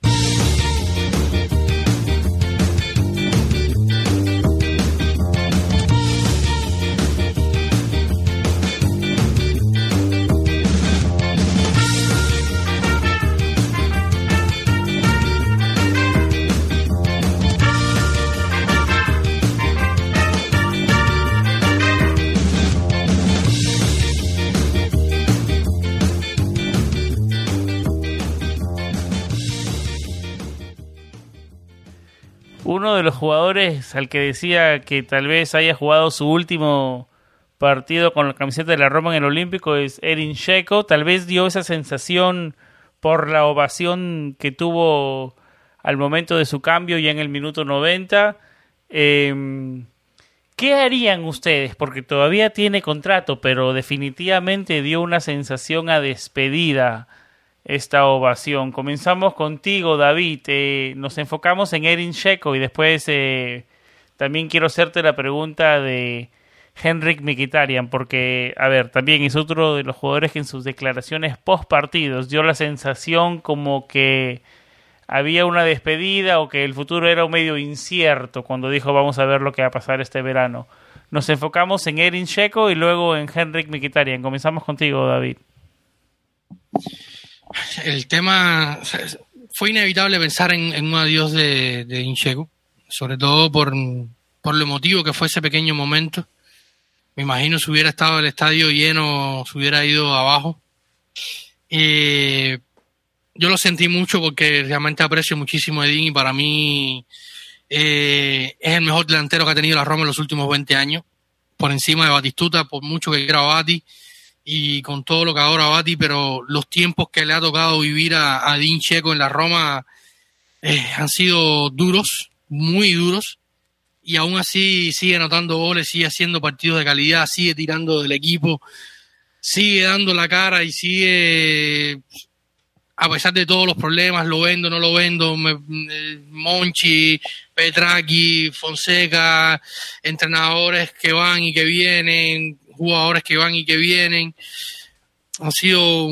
Uno de los jugadores al que decía que tal vez haya jugado su último partido con la camiseta de la Roma en el Olímpico es Edin Dzeko. Tal vez dio esa sensación por la ovación que tuvo al momento de su cambio ya en el minuto 90. ¿Qué harían ustedes? Porque todavía tiene contrato, pero definitivamente dio una sensación a despedida esta ovación. Comenzamos contigo, David. Nos enfocamos en Edin Dzeko y después también quiero hacerte la pregunta de Henrikh Mkhitaryan, porque, a ver, también es otro de los jugadores que en sus declaraciones post partidos dio la sensación como que había una despedida o que el futuro era un medio incierto cuando dijo vamos a ver lo que va a pasar este verano. Nos enfocamos en Edin Dzeko y luego en Henrikh Mkhitaryan. Comenzamos contigo, David. El tema, fue inevitable pensar en un adiós de Edin Dzeko, sobre todo por lo emotivo que fue ese pequeño momento. Me imagino si hubiera estado el estadio lleno, se hubiera ido abajo. Yo lo sentí mucho porque realmente aprecio muchísimo a Edin y para mí es el mejor delantero que ha tenido la Roma en los últimos 20 años, por encima de Batistuta, por mucho que quiera Bati y con todo lo que adora Bati, pero los tiempos que le ha tocado vivir a Edin Dzeko en la Roma han sido duros, muy duros, y aún así sigue anotando goles, sigue haciendo partidos de calidad, sigue tirando del equipo, sigue dando la cara y sigue, a pesar de todos los problemas, lo vendo, no lo vendo, Monchi, Petracchi, Fonseca, entrenadores que van y que vienen, jugadores que van y que vienen. Ha sido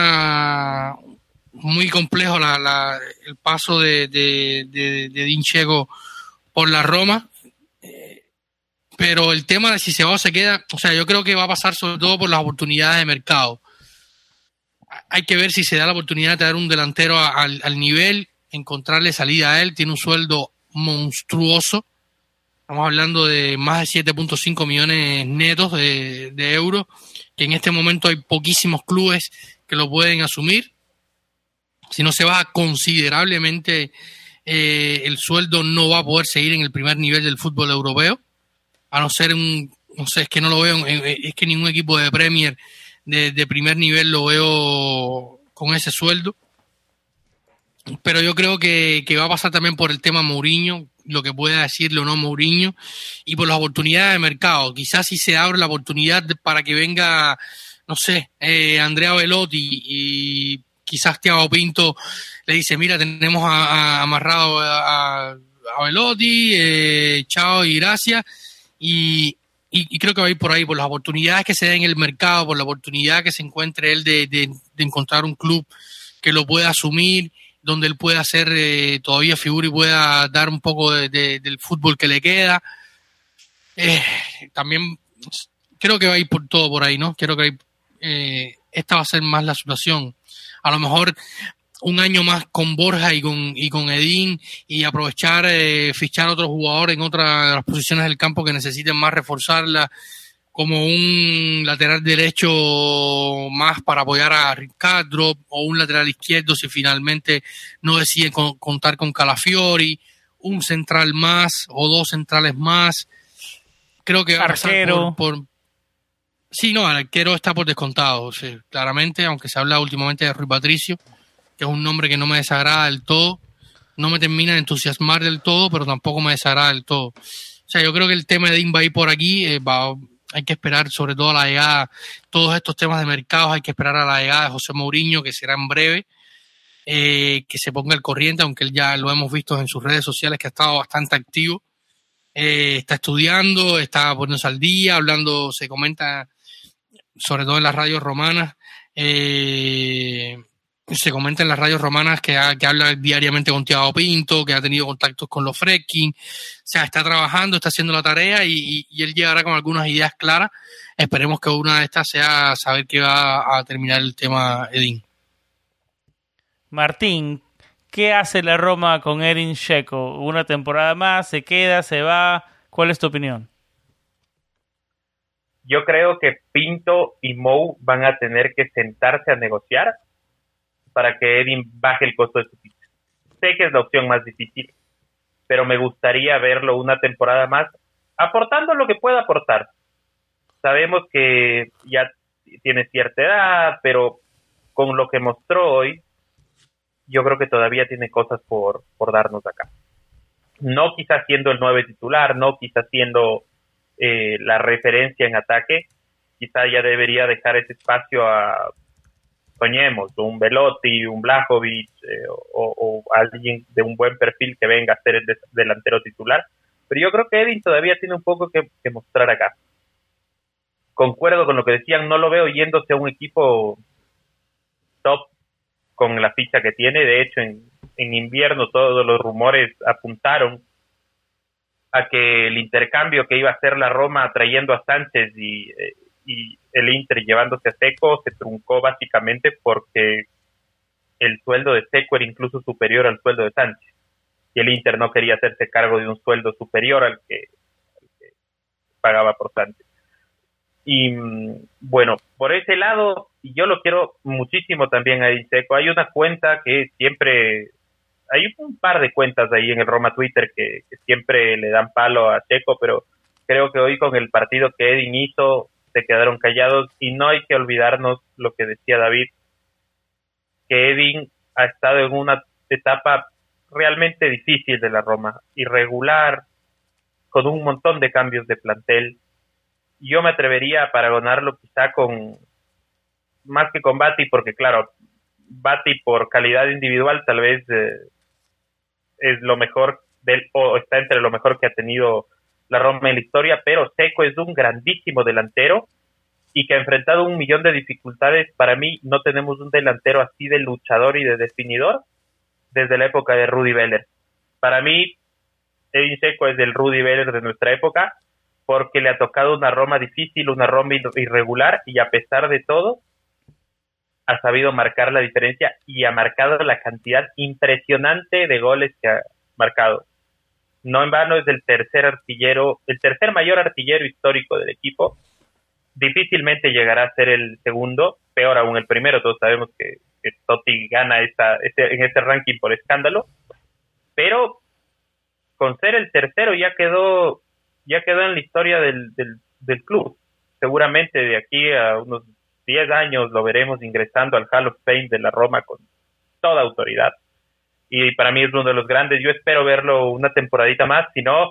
muy complejo el paso de Edin Dzeko por la Roma, pero el tema de si se va o se queda, o sea, yo creo que va a pasar sobre todo por las oportunidades de mercado. Hay que ver si se da la oportunidad de traer un delantero al nivel, encontrarle salida a él. Tiene un sueldo monstruoso. Estamos hablando de más de 7.5 millones netos de euros, que en este momento hay poquísimos clubes que lo pueden asumir. Si no se baja considerablemente el sueldo, no va a poder seguir en el primer nivel del fútbol europeo, a no ser no sé, es que no lo veo, es que ningún equipo de Premier de primer nivel lo veo con ese sueldo. Pero yo creo que va a pasar también por el tema Mourinho, lo que pueda decirle o no Mourinho, y por las oportunidades de mercado. Quizás si se abre la oportunidad para que venga, no sé, Andrea Belotti, y quizás Thiago Pinto le dice, mira, tenemos amarrado a Belotti, chao y gracias, y creo que va a ir por ahí, por las oportunidades que se den en el mercado, por la oportunidad que se encuentre él de encontrar un club que lo pueda asumir, donde él pueda hacer todavía figura y pueda dar un poco del fútbol que le queda. También creo que va a ir por todo por ahí, ¿no? Creo que esta va a ser más la situación. A lo mejor un año más con Borja y con Edin, y aprovechar, fichar a otro jugador en otra de las posiciones del campo que necesiten más reforzarla, como un lateral derecho más para apoyar a Ricardo, o un lateral izquierdo si finalmente no deciden contar con Calafiori, un central más o dos centrales más. Creo que va a pasar por... Sí, no, el arquero está por descontado, sí, claramente, aunque se habla últimamente de Rui Patricio, que es un nombre que no me desagrada del todo, no me termina de entusiasmar del todo, pero tampoco me desagrada del todo. O sea, yo creo que el tema de Edin va a ir por aquí, hay que esperar sobre todo a la llegada, todos estos temas de mercados, hay que esperar a la llegada de José Mourinho, que será en breve, que se ponga al corriente, aunque él ya lo hemos visto en sus redes sociales, que ha estado bastante activo. Está estudiando, está poniéndose al día, hablando, se comenta, sobre todo en las radios romanas, se comenta en las radios romanas que habla diariamente con Thiago Pinto, que ha tenido contactos con los Fredkin, o sea, está trabajando, está haciendo la tarea y él llegará con algunas ideas claras. Esperemos que una de estas sea saber que va a terminar el tema Edin. Martín, ¿qué hace la Roma con Edin Dzeko? ¿Una temporada más? ¿Se queda? ¿Se va? ¿Cuál es tu opinión? Yo creo que Pinto y Mou van a tener que sentarse a negociar para que Edin baje el costo de su ficha. Sé que es la opción más difícil, pero me gustaría verlo una temporada más aportando lo que pueda aportar. Sabemos que ya tiene cierta edad, pero con lo que mostró hoy, yo creo que todavía tiene cosas por darnos acá. No quizás siendo el 9 titular, no quizás siendo la referencia en ataque, quizás ya debería dejar ese espacio a, soñemos, un Belotti, un Vlahovic o alguien de un buen perfil que venga a ser el delantero titular. Pero yo creo que Edin todavía tiene un poco que mostrar acá. Concuerdo con lo que decían, no lo veo yéndose a un equipo top con la ficha que tiene. De hecho, en invierno todos los rumores apuntaron a que el intercambio que iba a hacer la Roma trayendo a Sánchez y el Inter llevándose a Dzeko se truncó básicamente porque el sueldo de Dzeko era incluso superior al sueldo de Sánchez y el Inter no quería hacerse cargo de un sueldo superior al que pagaba por Sánchez. Y bueno, por ese lado, y yo lo quiero muchísimo también a Edin Dzeko, hay una cuenta que siempre, hay un par de cuentas ahí en el Roma Twitter que siempre le dan palo a Dzeko, pero creo que hoy con el partido que Edin hizo se quedaron callados y no hay que olvidarnos lo que decía David, que Edin ha estado en una etapa realmente difícil de la Roma, irregular, con un montón de cambios de plantel. Yo me atrevería a paragonarlo quizá con, más que con Batti, porque claro, Batti por calidad individual tal vez es lo mejor o está entre lo mejor que ha tenido la Roma en la historia, pero Dzeko es un grandísimo delantero y que ha enfrentado 1.000.000 de dificultades. Para mí no tenemos un delantero así de luchador y de definidor desde la época de Rudi Völler. Para mí Edin Dzeko es del Rudi Völler de nuestra época, porque le ha tocado una Roma difícil, una Roma irregular, y a pesar de todo ha sabido marcar la diferencia y ha marcado la cantidad impresionante de goles que ha marcado. No en vano es el tercer mayor artillero histórico del equipo. Difícilmente llegará a ser el segundo, peor aún el primero. Todos sabemos que Totti gana en ese ranking por escándalo, pero con ser el tercero ya quedó en la historia del club. Seguramente de aquí a unos 10 años lo veremos ingresando al Hall of Fame de la Roma con toda autoridad. Y para mí es uno de los grandes. Yo espero verlo una temporadita más, si no,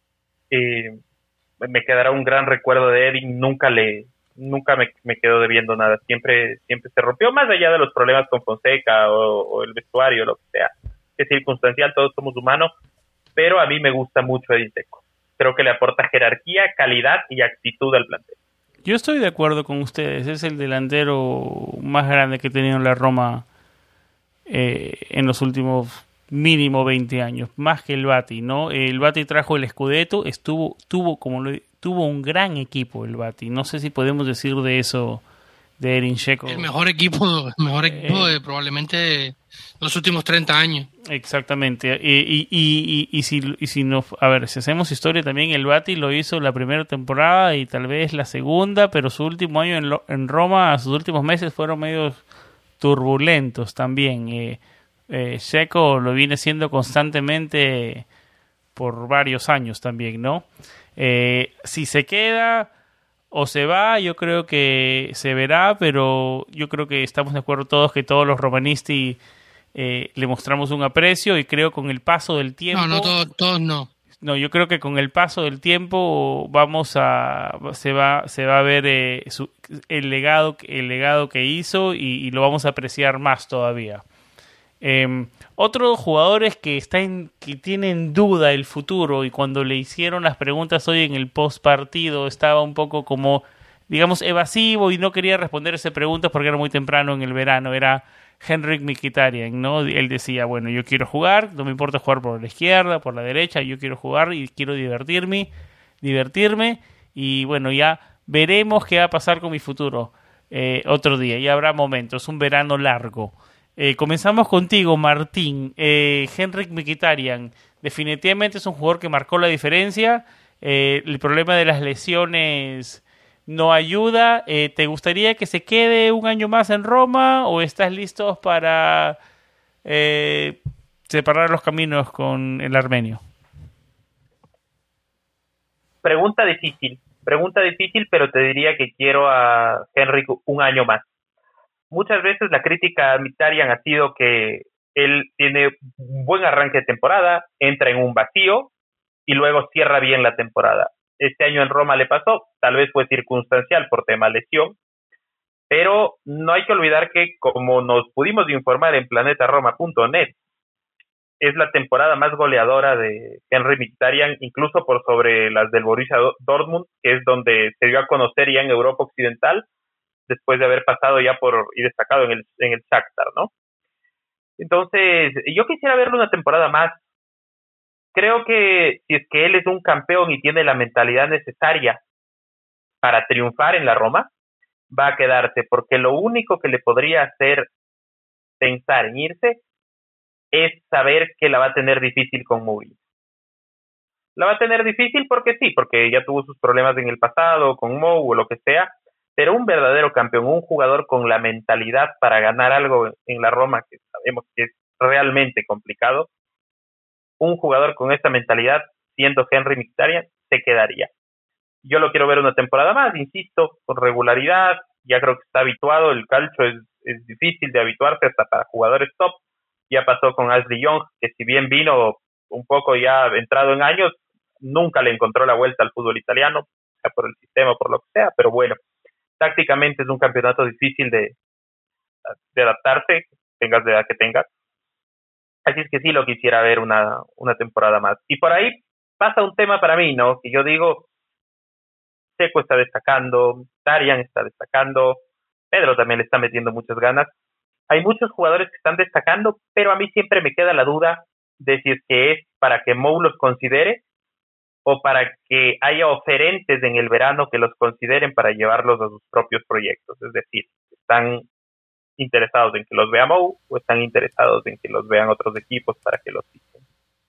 me quedará un gran recuerdo de Edin. Nunca me quedó debiendo nada. Siempre se rompió, más allá de los problemas con Fonseca o el vestuario, lo que sea. Es circunstancial, todos somos humanos, pero a mí me gusta mucho Edin Dzeko. Creo que le aporta jerarquía, calidad y actitud al plantel. Yo estoy de acuerdo con ustedes. Es el delantero más grande que ha tenido la Roma en los últimos mínimo 20 años, más que el Batti, ¿no? El Batti trajo el Scudetto, tuvo un gran equipo el Batti. No sé si podemos decir de eso de Edin Dzeko. El mejor equipo de probablemente los últimos 30 años. Exactamente. Y si hacemos historia también, el Batti lo hizo la primera temporada y tal vez la segunda, pero su último año en Roma, sus últimos meses fueron medios turbulentos también. Dzeko lo viene siendo constantemente por varios años también, ¿no? Si se queda o se va, yo creo que se verá, pero yo creo que estamos de acuerdo todos que todos los romanisti le mostramos un aprecio, y creo con el paso del tiempo... No, todos no. No, yo creo que con el paso del tiempo se va a ver el legado que hizo, y lo vamos a apreciar más todavía. Otros jugadores que tienen duda el futuro, y cuando le hicieron las preguntas hoy en el post partido estaba un poco como, digamos, evasivo y no quería responder esas preguntas porque era muy temprano en el verano, era Henrik Mkhitaryan, ¿no? Él decía, bueno, yo quiero jugar, no me importa jugar por la izquierda, por la derecha, yo quiero jugar y quiero divertirme, y bueno, ya veremos qué va a pasar con mi futuro otro día, ya habrá momentos, un verano largo. Comenzamos contigo, Martín. Henrik Mkhitaryan definitivamente es un jugador que marcó la diferencia. El problema de las lesiones no ayuda. ¿Te gustaría que se quede un año más en Roma, o estás listo para separar los caminos con el armenio? Pregunta difícil, pero te diría que quiero a Henrik un año más. Muchas veces la crítica a Mkhitaryan ha sido que él tiene un buen arranque de temporada, entra en un vacío y luego cierra bien la temporada. Este año en Roma le pasó, tal vez fue circunstancial por tema lesión, pero no hay que olvidar que, como nos pudimos informar en planetaroma.net, es la temporada más goleadora de Henrik Mkhitaryan, incluso por sobre las del Borussia Dortmund, que es donde se dio a conocer ya en Europa Occidental, después de haber pasado ya y destacado en el Shakhtar, ¿no? Entonces, yo quisiera verlo una temporada más. Creo que si es que él es un campeón y tiene la mentalidad necesaria para triunfar en la Roma, va a quedarse, porque lo único que le podría hacer pensar en irse es saber que la va a tener difícil con Mourinho. La va a tener difícil porque sí, porque ya tuvo sus problemas en el pasado, con Mou o lo que sea, pero un verdadero campeón, un jugador con la mentalidad para ganar algo en la Roma, que sabemos que es realmente complicado, un jugador con esta mentalidad, siendo Henrik Mkhitaryan, se quedaría. Yo lo quiero ver una temporada más, insisto, con regularidad, ya creo que está habituado, el calcio es difícil de habituarse hasta para jugadores top, ya pasó con Ashley Young, que si bien vino un poco ya entrado en años, nunca le encontró la vuelta al fútbol italiano, sea por el sistema o por lo que sea, pero bueno, tácticamente es un campeonato difícil de adaptarse, tengas la edad que tengas. Así es que sí lo quisiera ver una temporada más. Y por ahí pasa un tema para mí, ¿no? Que yo digo, Seco está destacando, Tarian está destacando, Pedro también le está metiendo muchas ganas. Hay muchos jugadores que están destacando, pero a mí siempre me queda la duda de si es que es para que Mou los considere o para que haya oferentes en el verano que los consideren para llevarlos a sus propios proyectos. Es decir, ¿están interesados en que los vea Mou o están interesados en que los vean otros equipos para que los fichen?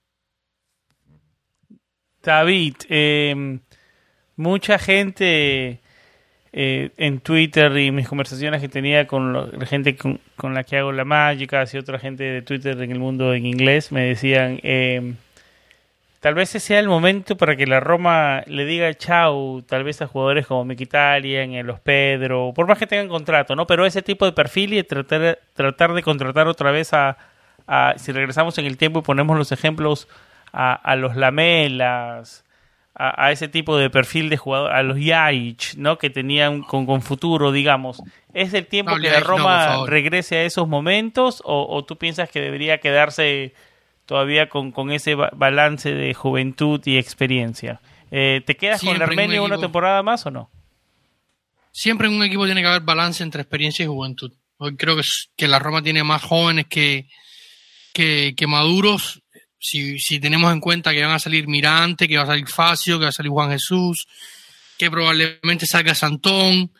David, mucha gente en Twitter y mis conversaciones que tenía con la gente con la que hago la mágica y otra gente de Twitter en el mundo en inglés me decían, tal vez ese sea el momento para que la Roma le diga chau, tal vez a jugadores como Mkhitaryan, los Pedro, por más que tengan contrato, ¿no? Pero ese tipo de perfil, y tratar de contratar otra vez si regresamos en el tiempo y ponemos los ejemplos a los Lamelas, a ese tipo de perfil de jugador, a los Yaich, ¿no? Que tenían con futuro, digamos. ¿Es el tiempo que la Roma regrese a esos momentos o tú piensas que debería quedarse todavía con ese balance de juventud y experiencia? ¿Te quedas siempre con el Armenio una temporada más o no? Siempre en un equipo tiene que haber balance entre experiencia y juventud. Hoy creo que la Roma tiene más jóvenes que maduros. Si tenemos en cuenta que van a salir Mirante, que va a salir Facio, que va a salir Juan Jesús, que probablemente salga Santón,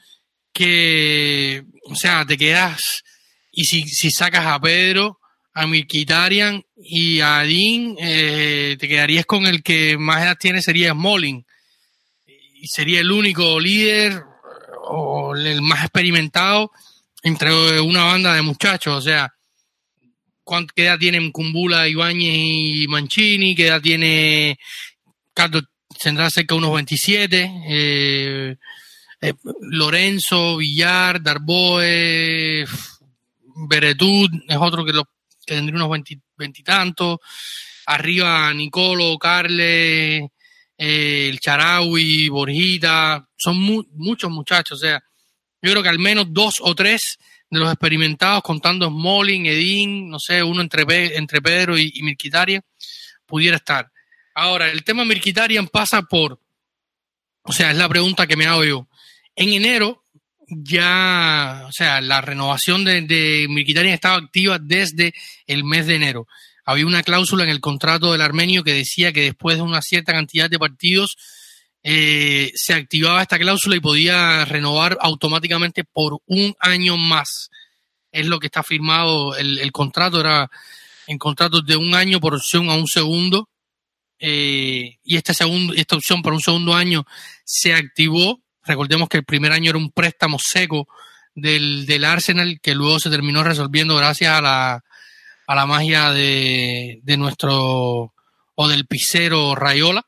o sea, te quedas, y si sacas a Pedro, a Mkhitaryan y a Dean, te quedarías con el que más edad tiene, sería Smalling, y sería el único líder o el más experimentado entre una banda de muchachos. O sea, ¿qué edad tienen Kumbula, Ibáñez y Mancini? ¿Qué edad tiene Carlos? Tendrá cerca de unos 27. Lorenzo, Villar, Darboe, Beretut es otro que tendría unos 20 y tantos. Arriba Nicolo, Carles, el Charaui, Borjita, son muchos muchachos. O sea, yo creo que al menos 2 o 3 de los experimentados, contando Smalling, Edín, no sé, uno entre Pedro y Mkhitaryan, pudiera estar. Ahora, el tema Mkhitaryan pasa por, o sea, es la pregunta que me hago yo. En enero ya, o sea, la renovación de Mkhitaryan estaba activa desde el mes de enero. Había una cláusula en el contrato del armenio que decía que después de una cierta cantidad de partidos se activaba esta cláusula y podía renovar automáticamente por un año más. Es lo que está firmado, el contrato era en contratos de un año por opción a un segundo, y esta opción por un segundo año se activó. Recordemos que el primer año era un préstamo seco del Arsenal, que luego se terminó resolviendo gracias a la magia de nuestro, o del pisero Raiola,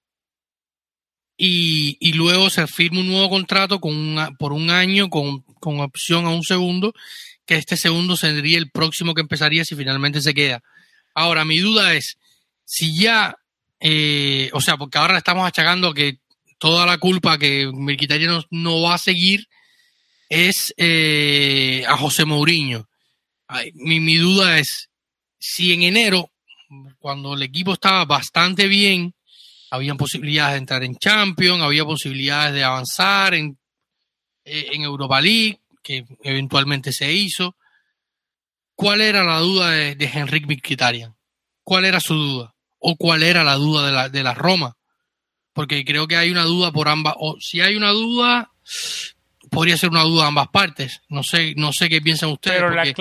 y luego se firma un nuevo contrato por un año con opción a un segundo, que este segundo sería el próximo que empezaría si finalmente se queda. Ahora, mi duda es, si ya, o sea, porque ahora le estamos achacando que toda la culpa que Mkhitaryan no va a seguir es a José Mourinho. Mi duda es, si en enero, cuando el equipo estaba bastante bien, habían posibilidades de entrar en Champions, había posibilidades de avanzar en Europa League, que eventualmente se hizo, ¿cuál era la duda de Henrik Mkhitaryan? ¿Cuál era su duda? ¿O cuál era la duda de la Roma? Porque creo que hay una duda por ambas, o si hay una duda, podría ser una duda de ambas partes. No sé qué piensan ustedes. Pero la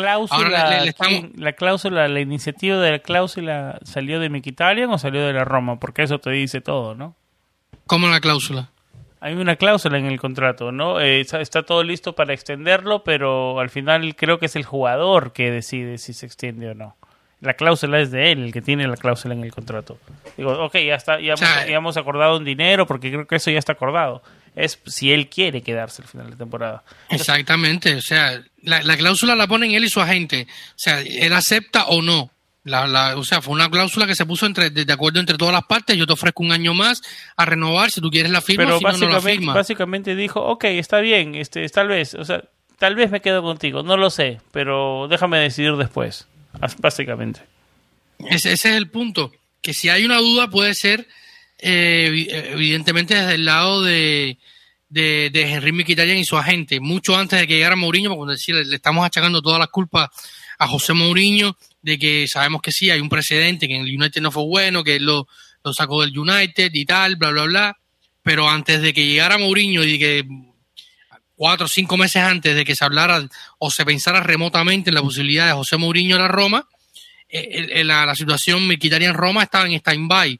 cláusula, la iniciativa de la cláusula, ¿salió de Mkhitaryan o salió de la Roma? Porque eso te dice todo, ¿no? ¿Cómo la cláusula? Hay una cláusula en el contrato, ¿no? Está todo listo para extenderlo, pero al final creo que es el jugador que decide si se extiende o no. La cláusula es de él, el que tiene la cláusula en el contrato. Digo, ok, ya está, ya hemos acordado un dinero, porque creo que eso ya está acordado. Es si él quiere quedarse al final de temporada. Exactamente, o sea, la cláusula la ponen él y su agente. O sea, él acepta o no. O sea, fue una cláusula que se puso de acuerdo entre todas las partes. Yo te ofrezco un año más a renovar, si tú quieres la firma, pero si no la firma. Básicamente dijo, ok, está bien, tal vez, o sea, tal vez me quedo contigo, no lo sé, pero déjame decidir después. Básicamente. Ese es el punto, que si hay una duda puede ser evidentemente desde el lado de Henrik Mkhitaryan y su agente, mucho antes de que llegara Mourinho, porque decir, le estamos achacando todas las culpas a José Mourinho, de que sabemos que sí, hay un precedente, que en el United no fue bueno, que él lo sacó del United y tal, bla, bla, bla, pero antes de que llegara Mourinho y que 4 o 5 meses antes de que se hablara o se pensara remotamente en la posibilidad de José Mourinho a la Roma, la situación Mkhitaryan-Roma estaba en stand-by.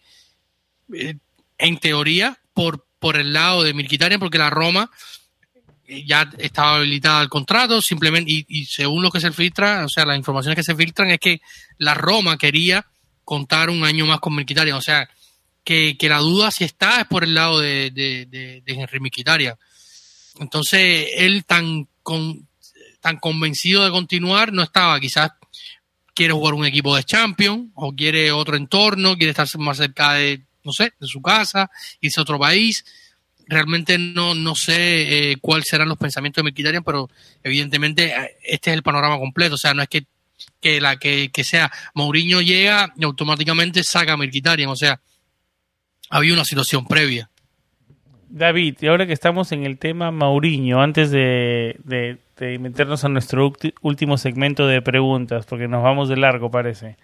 En teoría, por el lado de Mkhitaryan, porque la Roma ya estaba habilitada al contrato, simplemente, y según lo que se filtra, o sea, las informaciones que se filtran es que la Roma quería contar un año más con Mkhitaryan. O sea, que la duda si está es por el lado de Henrik Mkhitaryan. Entonces, él tan convencido de continuar no estaba. Quizás quiere jugar un equipo de Champions, o quiere otro entorno, quiere estar más cerca de, no sé, de su casa, irse a otro país. Realmente no sé cuáles serán los pensamientos de Mkhitaryan, pero evidentemente este es el panorama completo. O sea, no es que sea Mourinho llega y automáticamente saca a Mkhitaryan. O sea, había una situación previa. David, y ahora que estamos en el tema Mourinho, antes de meternos a nuestro último segmento de preguntas, porque nos vamos de largo, parece.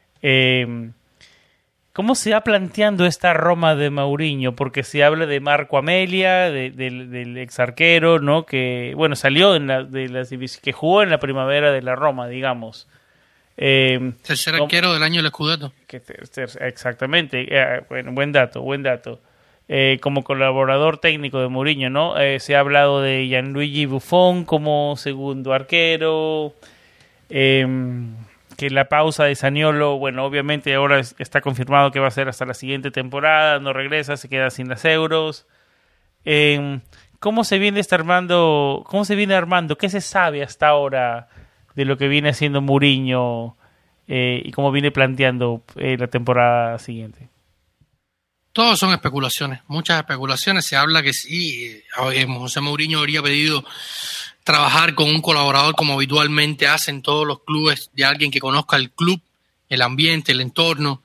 ¿Cómo se va planteando esta Roma de Mourinho? Porque se habla de Marco Amelia, del ex arquero, ¿no? Que, bueno, salió que jugó en la primavera de la Roma, digamos. Tercer arquero del año del Scudetto. Exactamente. Bueno, buen dato. Como colaborador técnico de Mourinho, ¿no? Se ha hablado de Gianluigi Buffon como segundo arquero. que la pausa de Zaniolo, bueno, obviamente ahora está confirmado que va a ser hasta la siguiente temporada, no regresa, se queda sin las Euros. ¿Cómo se viene armando? ¿Qué se sabe hasta ahora de lo que viene haciendo Mourinho y cómo viene planteando la temporada siguiente? Todos son especulaciones, muchas especulaciones. Se habla que sí, José Mourinho habría pedido trabajar con un colaborador como habitualmente hacen todos los clubes, de alguien que conozca el club, el ambiente, el entorno.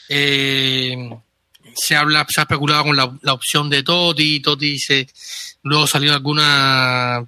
Se ha especulado con la opción de Totti. Luego salió algunas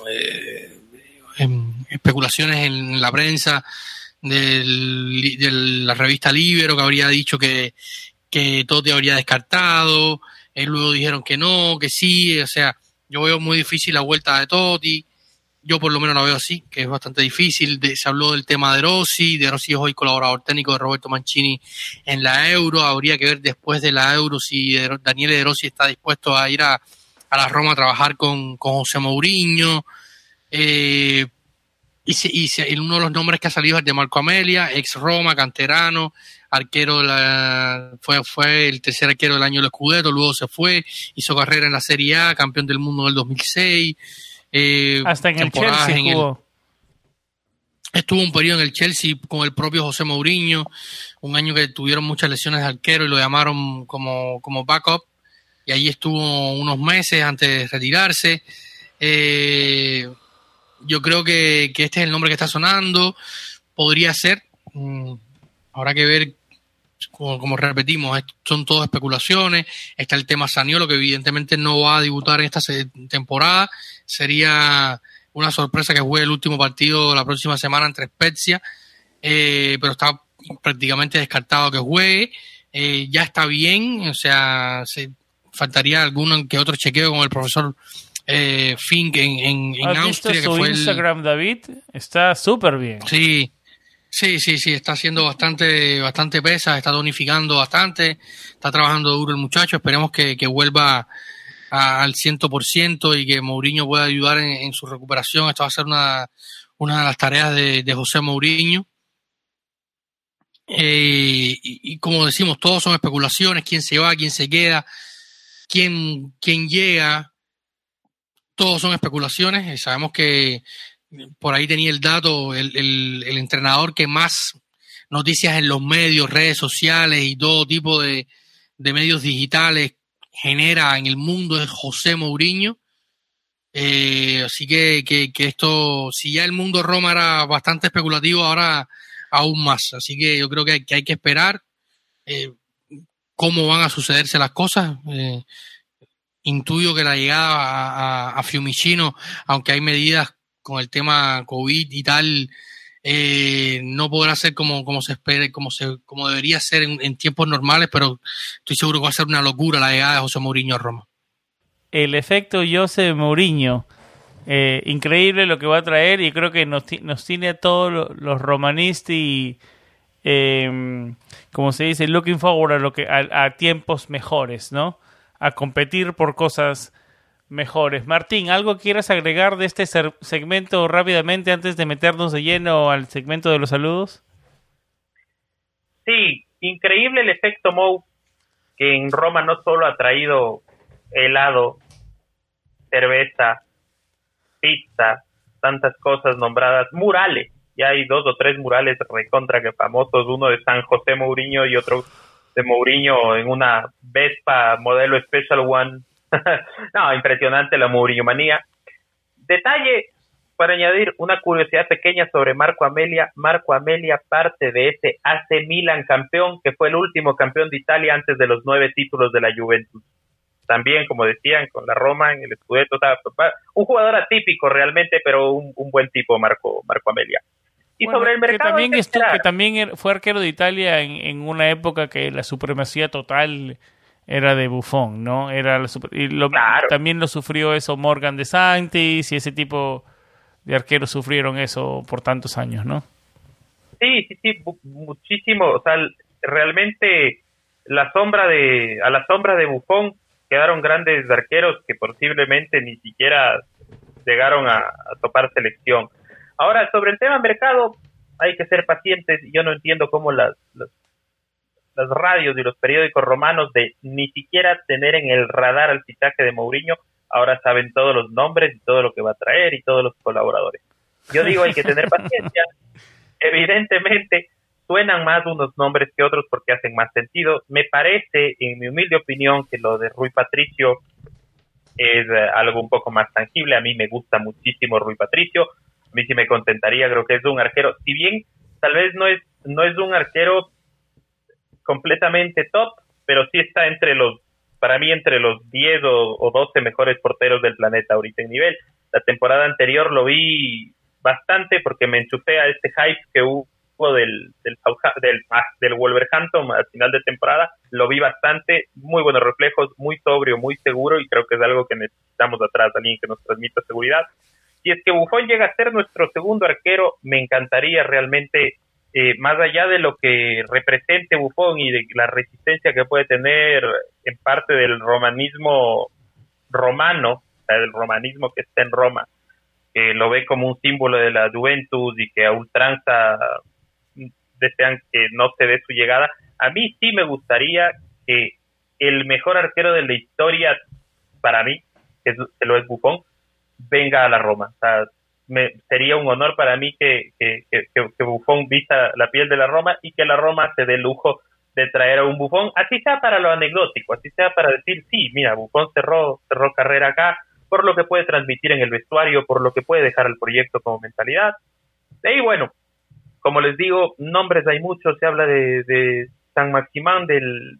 especulaciones en la prensa de la revista Libero, que habría dicho que Totti habría descartado. Luego dijeron que no, que sí. O sea, yo veo muy difícil la vuelta de Totti. Yo por lo menos la veo así, que es bastante difícil. Se habló del tema de Rossi. De Rossi es hoy colaborador técnico de Roberto Mancini en la Euro. Habría que ver después de la Euro si Daniele De Rossi está dispuesto a ir a la Roma a trabajar con José Mourinho. Y uno de los nombres que ha salido es el de Marco Amelia, ex Roma, canterano, arquero fue el tercer arquero del año del Scudetto, luego se fue, hizo carrera en la Serie A, campeón del mundo del 2006. Hasta en el Chelsea estuvo un periodo en el Chelsea con el propio José Mourinho, un año que tuvieron muchas lesiones de arquero y lo llamaron como backup, y allí estuvo unos meses antes de retirarse. Yo creo que este es el nombre que está sonando. Podría ser, habrá que ver, como repetimos, son todas especulaciones. Está el tema Zaniolo, que evidentemente no va a debutar en esta temporada. Sería una sorpresa que juegue el último partido la próxima semana entre Spezia, pero está prácticamente descartado que juegue. Ya está bien, o sea, faltaría algún que otro chequeo con el profesor Fink en Austria. ¿Has visto su Instagram, David? Está súper bien. Sí, está haciendo bastante pesa, está tonificando bastante, está trabajando duro el muchacho. Esperemos que vuelva al 100% y que Mourinho pueda ayudar en su recuperación. Esto va a ser una de las tareas de José Mourinho. Y como decimos, todos son especulaciones: quién se va, quién se queda, quién llega. Todos son especulaciones. Sabemos que por ahí tenía el dato, el entrenador que más noticias en los medios, redes sociales y todo tipo de medios digitales genera en el mundo es José Mourinho. Así que esto, si ya el mundo Roma era bastante especulativo, ahora aún más. Así que yo creo que hay que esperar cómo van a sucederse las cosas. Intuyo que la llegada a Fiumicino, aunque hay medidas con el tema COVID y tal, no podrá ser como se espere, como debería ser en tiempos normales, pero estoy seguro que va a ser una locura la llegada de José Mourinho a Roma. El efecto José Mourinho, increíble lo que va a traer, y creo que nos tiene a todos los romanisti, como se dice, looking forward a tiempos mejores, ¿no? A competir por cosas mejores. Martín, ¿algo quieras agregar de este segmento rápidamente antes de meternos de lleno al segmento de los saludos? Sí, increíble el efecto Mou, que en Roma no solo ha traído helado, cerveza, pizza, tantas cosas nombradas, murales. Ya hay 2 o 3 murales recontra que famosos, uno de San José Mourinho y otro de Mourinho en una Vespa modelo Special One. No, impresionante la Mourinho manía. Detalle, para añadir una curiosidad pequeña sobre Marco Amelia. Marco Amelia parte de ese AC Milan campeón, que fue el último campeón de Italia antes de los 9 títulos de la Juventus. También, como decían, con la Roma en el Scudetto. O sea, un jugador atípico realmente, pero un buen tipo, Marco Amelia. Y bueno, sobre el mercado, que también fue arquero de Italia en una época que la supremacía total era de Buffon, ¿no? Claro. También lo sufrió eso Morgan De Sanctis, y ese tipo de arqueros sufrieron eso por tantos años, ¿no? Sí, muchísimo. O sea, realmente a la sombra de Buffon quedaron grandes arqueros que posiblemente ni siquiera llegaron a topar selección. Ahora, sobre el tema mercado, hay que ser pacientes. Yo no entiendo cómo las radios y los periódicos romanos, de ni siquiera tener en el radar al fichaje de Mourinho, ahora saben todos los nombres y todo lo que va a traer y todos los colaboradores. Yo digo, hay que tener paciencia. Evidentemente suenan más unos nombres que otros porque hacen más sentido. Me parece, en mi humilde opinión, que lo de Rui Patricio es algo un poco más tangible. A mí me gusta muchísimo Rui Patricio. A mí sí me contentaría, creo que es un arquero, si bien tal vez no es un arquero completamente top, pero sí está para mí entre los 10 o 12 mejores porteros del planeta ahorita en nivel. La temporada anterior lo vi bastante porque me enchufé a este hype que hubo del Wolverhampton al final de temporada. Lo vi bastante, muy buenos reflejos, muy sobrio, muy seguro, y creo que es algo que necesitamos atrás, alguien que nos transmita seguridad. Si es que Buffon llega a ser nuestro segundo arquero, me encantaría realmente, más allá de lo que represente Buffon y de la resistencia que puede tener en parte del romanismo romano, o sea, del romanismo que está en Roma, que lo ve como un símbolo de la Juventus y que a ultranza desean que no se dé su llegada. A mí sí me gustaría que el mejor arquero de la historia, para mí, que lo es Buffon, venga a la Roma. O sea, sería un honor para mí que Buffon vista la piel de la Roma y que la Roma se dé el lujo de traer a un Buffon, así sea para lo anecdótico, así sea para decir, sí, mira, Buffon cerró carrera acá, por lo que puede transmitir en el vestuario, por lo que puede dejar el proyecto como mentalidad. Y bueno, como les digo, nombres hay muchos. Se habla de San Maximán del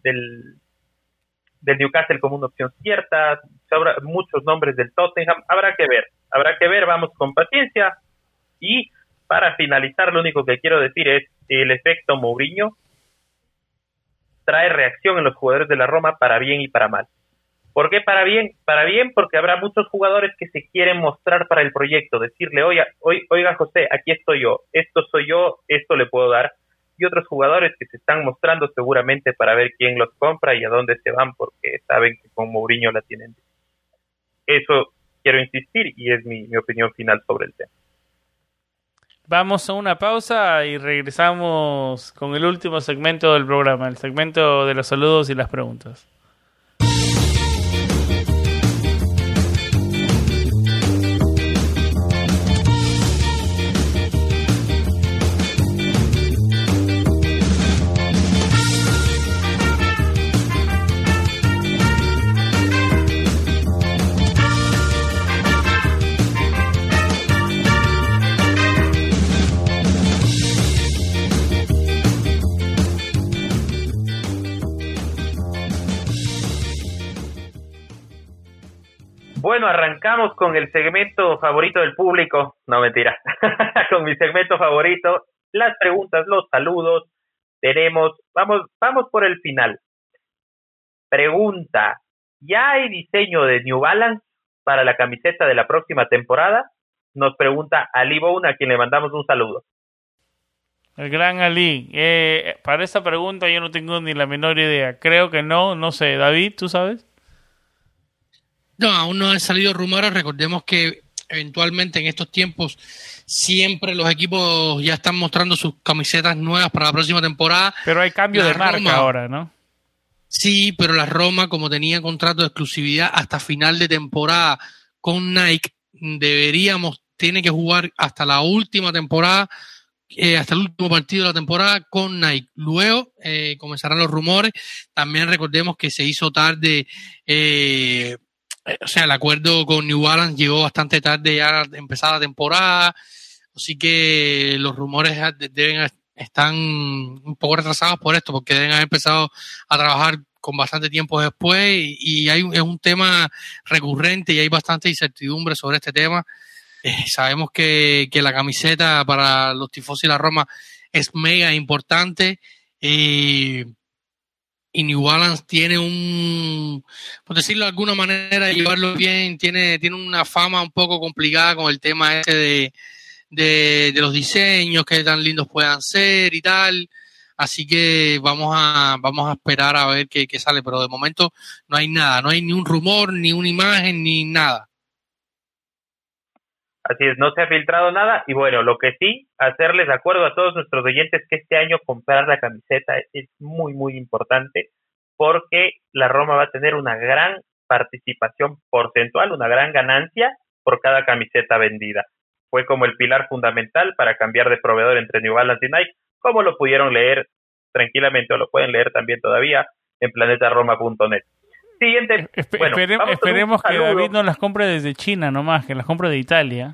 Newcastle como una opción cierta. Se habla muchos nombres del Tottenham. Habrá que ver, vamos con paciencia. Y para finalizar, lo único que quiero decir es el efecto Mourinho trae reacción en los jugadores de la Roma para bien y para mal. ¿Por qué para bien? Para bien porque habrá muchos jugadores que se quieren mostrar para el proyecto, decirle, oiga José, aquí estoy yo, esto soy yo, esto le puedo dar. Y otros jugadores que se están mostrando seguramente para ver quién los compra y a dónde se van, porque saben que con Mourinho la tienen. Eso quiero insistir y es mi opinión final sobre el tema. Vamos a una pausa y regresamos con el último segmento del programa, el segmento de los saludos y las preguntas. Bueno, arrancamos con el segmento favorito del público. No, mentira. Con mi segmento favorito, las preguntas, los saludos. Vamos por el final. Pregunta: ¿ya hay diseño de New Balance para la camiseta de la próxima temporada? Nos pregunta Ali Bouna, a quien le mandamos un saludo. El gran Ali. Para esa pregunta yo no tengo ni la menor idea. Creo que no sé. David, ¿tú sabes? No, aún no han salido rumores. Recordemos que eventualmente en estos tiempos siempre los equipos ya están mostrando sus camisetas nuevas para la próxima temporada. Pero hay cambio de marca ahora, ¿no? Sí, pero la Roma, como tenía contrato de exclusividad hasta final de temporada con Nike, tiene que jugar hasta la última temporada, hasta el último partido de la temporada con Nike. Luego comenzarán los rumores. También recordemos que se hizo tarde. O sea, el acuerdo con New Balance llegó bastante tarde ya a empezar la temporada, así que los rumores están un poco retrasados por esto, porque deben haber empezado a trabajar con bastante tiempo después y es un tema recurrente y hay bastante incertidumbre sobre este tema. Sabemos que la camiseta para los tifosi de la Roma es mega importante y New Balance tiene por decirlo de alguna manera, llevarlo bien, tiene una fama un poco complicada con el tema de los diseños, que tan lindos puedan ser y tal. Así que vamos a esperar a ver qué sale, pero de momento no hay nada, no hay ni un rumor, ni una imagen, ni nada. Así es, no se ha filtrado nada y bueno, lo que sí, hacerles acuerdo a todos nuestros oyentes que este año comprar la camiseta es muy, muy importante porque la Roma va a tener una gran participación porcentual, una gran ganancia por cada camiseta vendida. Fue como el pilar fundamental para cambiar de proveedor entre New Balance y Nike, como lo pudieron leer tranquilamente o lo pueden leer también todavía en planetaroma.net. Siguiente. Esperemos que David no las compre desde China nomás, que las compre de Italia.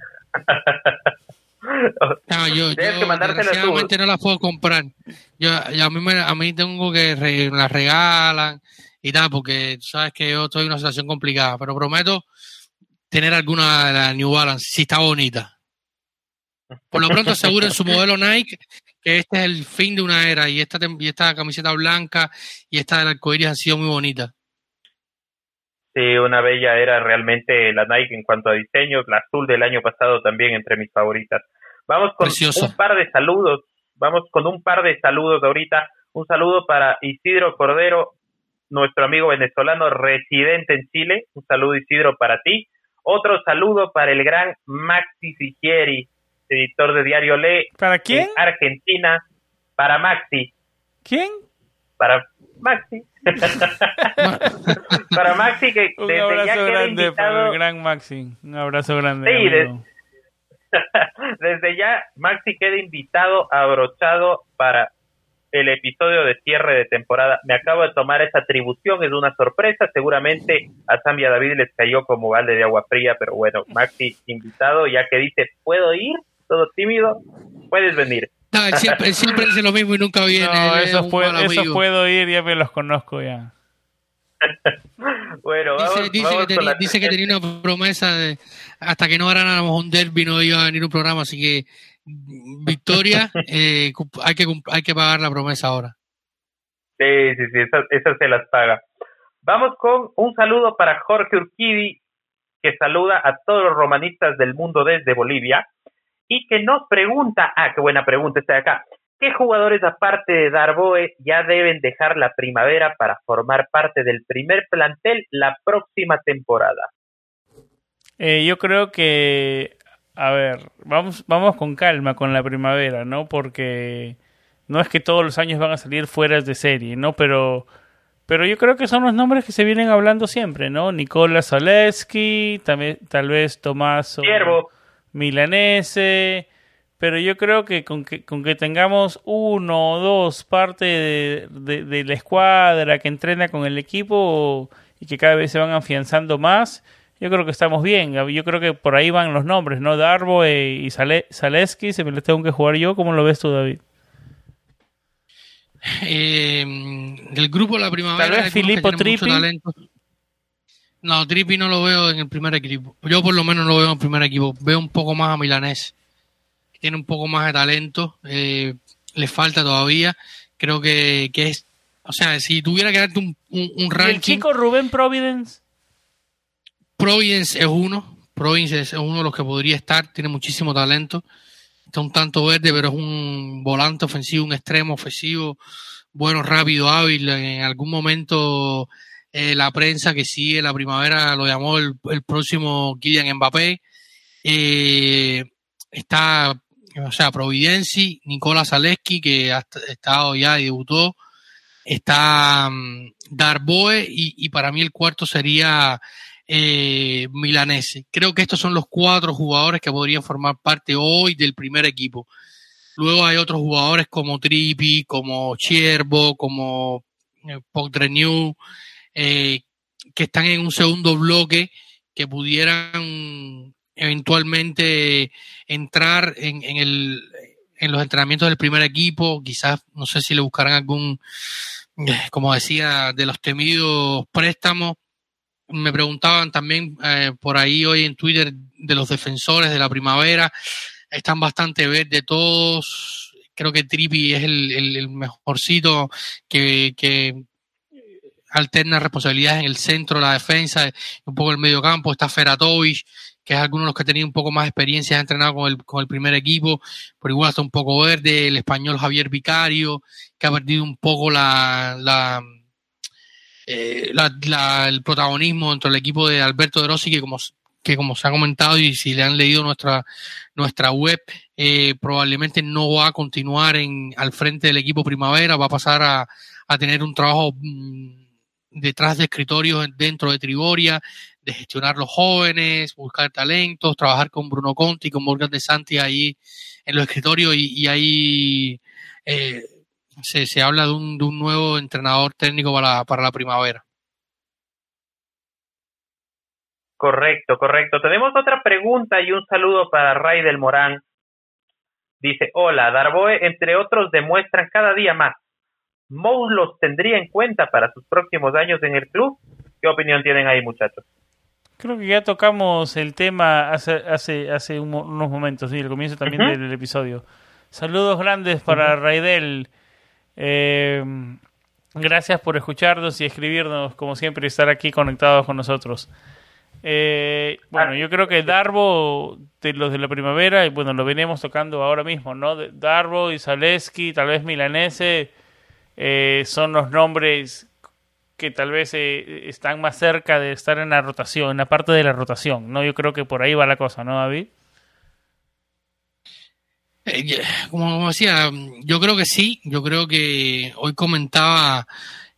No, yo desgraciadamente no las puedo comprar. A mí tengo que las regalan y tal, porque tú sabes que yo estoy en una situación complicada, pero prometo tener alguna de la New Balance, si está bonita. Por lo pronto aseguren su modelo Nike, que este es el fin de una era, y esta camiseta blanca y esta del arcoíris han sido muy bonitas. Sí, una bella era realmente la Nike en cuanto a diseños, la azul del año pasado también entre mis favoritas. Vamos con un par de saludos ahorita. Un saludo para Isidro Cordero, nuestro amigo venezolano residente en Chile. Un saludo, Isidro, para ti. Otro saludo para el gran Maxi Sigieri, editor de Diario Le. ¿Para quién? En Argentina. Para Maxi. ¿Quién? Para Maxi. Para Maxi, que un desde abrazo ya queda grande invitado... para el gran Maxi. Un abrazo grande. Sí, desde ya Maxi queda invitado, abrochado para el episodio de cierre de temporada. Me acabo de tomar esa atribución, es una sorpresa. Seguramente a Sam y a David les cayó como balde de agua fría, pero bueno, Maxi invitado, ya que dice, ¿puedo ir? Todo tímido, puedes venir. No, él siempre dice lo mismo y nunca viene. No, eso puedo ir, ya me los conozco ya. Bueno, dice que tenía una promesa de hasta que no ganáramos un derbi no iba a venir un programa, así que Victoria, hay que pagar la promesa ahora. Sí, esa se las paga. Vamos con un saludo para Jorge Urquidi, que saluda a todos los romanistas del mundo desde Bolivia y que nos pregunta, qué buena pregunta está acá, ¿qué jugadores aparte de Darboe ya deben dejar la primavera para formar parte del primer plantel la próxima temporada? Yo creo que, a ver, vamos con calma con la primavera, ¿no? Porque no es que todos los años van a salir fuera de serie, ¿no? Pero yo creo que son los nombres que se vienen hablando siempre, ¿no? Nicolás Zaleski, tal vez Tomás Milanese, pero yo creo que con que tengamos uno o dos parte de la escuadra que entrena con el equipo y que cada vez se van afianzando más, yo creo que estamos bien. Yo creo que por ahí van los nombres, ¿no? Darboe y Zaleski, se me los tengo que jugar yo. ¿Cómo lo ves tú, David? Del grupo La Primavera, tal vez Filippo Trippi. No, Trippi no lo veo en el primer equipo. Yo por lo menos no lo veo en el primer equipo. Veo un poco más a Milanés. Tiene un poco más de talento. Le falta todavía. Creo que es... O sea, si tuviera que darte un ranking... ¿Y el chico Rubén Providence? Providence es uno. Providence es uno de los que podría estar. Tiene muchísimo talento. Está un tanto verde, pero es un volante ofensivo, un extremo ofensivo. Bueno, rápido, hábil. En algún momento... la prensa que sigue la primavera lo llamó el próximo Kylian Mbappé. Está, o sea, Providenzi, Nicolás Zaleski, que ha estado ya y debutó. Está Darboe y para mí el cuarto sería Milanese. Creo que estos son los 4 jugadores que podrían formar parte hoy del primer equipo. Luego hay otros jugadores como Trippi, como Cherbo, como Pogreñu, que están en un segundo bloque que pudieran eventualmente entrar en los entrenamientos del primer equipo. Quizás, no sé si le buscarán algún, como decía, de los temidos préstamos. Me preguntaban también por ahí hoy en Twitter de los defensores de la primavera. Están bastante verdes todos. Creo que Trippi es el mejorcito que alterna responsabilidades en el centro, la defensa, un poco el medio campo. Está Feratovic, que es alguno de los que ha tenido un poco más de experiencia, ha entrenado con el primer equipo, pero igual está un poco verde. El español Javier Vicario, que ha perdido un poco el protagonismo dentro del equipo de Alberto De Rossi, que como que como se ha comentado y si le han leído nuestra web, probablemente no va a continuar al frente del equipo Primavera, va a pasar a tener un trabajo detrás de escritorios dentro de Trigoria, de gestionar los jóvenes, buscar talentos, trabajar con Bruno Conti, con Morgan De Santi ahí en los escritorios y ahí se habla de un nuevo entrenador técnico para la Primavera. Correcto. Tenemos otra pregunta y un saludo para Ray del Morán. Dice, hola, Darboe, entre otros, demuestran cada día más. ¿Mou los tendría en cuenta para sus próximos años en el club? ¿Qué opinión tienen ahí, muchachos? Creo que ya tocamos el tema hace unos momentos, sí, el comienzo también del episodio. Saludos grandes para Raidel. Gracias por escucharnos y escribirnos, como siempre, y estar aquí conectados con nosotros. Yo creo que Darbo, de los de la Primavera, y bueno, lo venimos tocando ahora mismo, ¿no? Darbo y Zaleski, tal vez Milanese, son los nombres que tal vez están más cerca de estar en la rotación, en la parte de la rotación, ¿no? Yo creo que por ahí va la cosa, ¿no, David? Como decía, yo creo que sí. Yo creo que hoy comentaba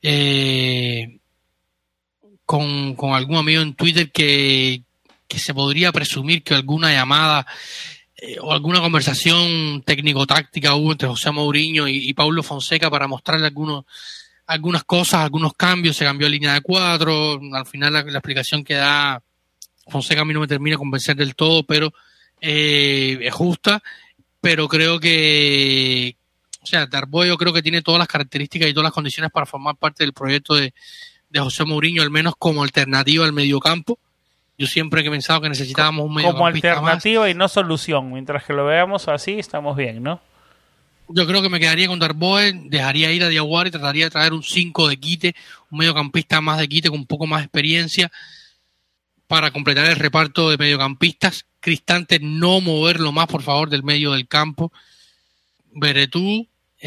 con algún amigo en Twitter que se podría presumir que alguna llamada o alguna conversación técnico-táctica hubo entre José Mourinho y Paulo Fonseca para mostrarle algunas cosas, algunos cambios. Se cambió línea de 4. Al final la explicación que da Fonseca a mí no me termina de convencer del todo, pero es justa. Pero creo que, Darboe yo creo que tiene todas las características y todas las condiciones para formar parte del proyecto de José Mourinho, al menos como alternativa al mediocampo. Yo siempre he pensado que necesitábamos un mediocampista como alternativa más. Y no solución. Mientras que lo veamos así, estamos bien, ¿no? Yo creo que me quedaría con Darboe, dejaría ir a Diawara y trataría de traer un 5 de quite, un mediocampista más de quite con un poco más de experiencia para completar el reparto de mediocampistas. Cristante no moverlo más, por favor, del medio del campo. Veretout,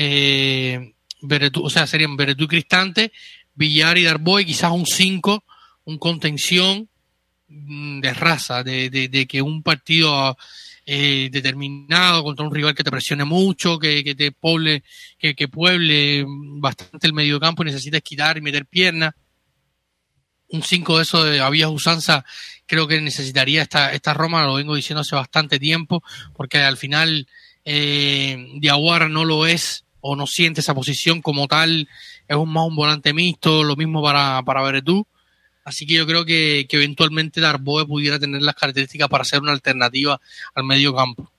serían Veretout y Cristante, Villar y Darboe, quizás un 5, un contención de raza, de que un partido determinado contra un rival que te presione mucho, que te pueble bastante el medio campo y necesitas quitar y meter piernas. Un 5 de eso de Avías Usanza creo que necesitaría esta Roma, lo vengo diciendo hace bastante tiempo, porque al final Diawara no lo es o no siente esa posición como tal, es más un volante mixto, lo mismo para Veretout. Así que yo creo que eventualmente Darboe pudiera tener las características para ser una alternativa al medio campo.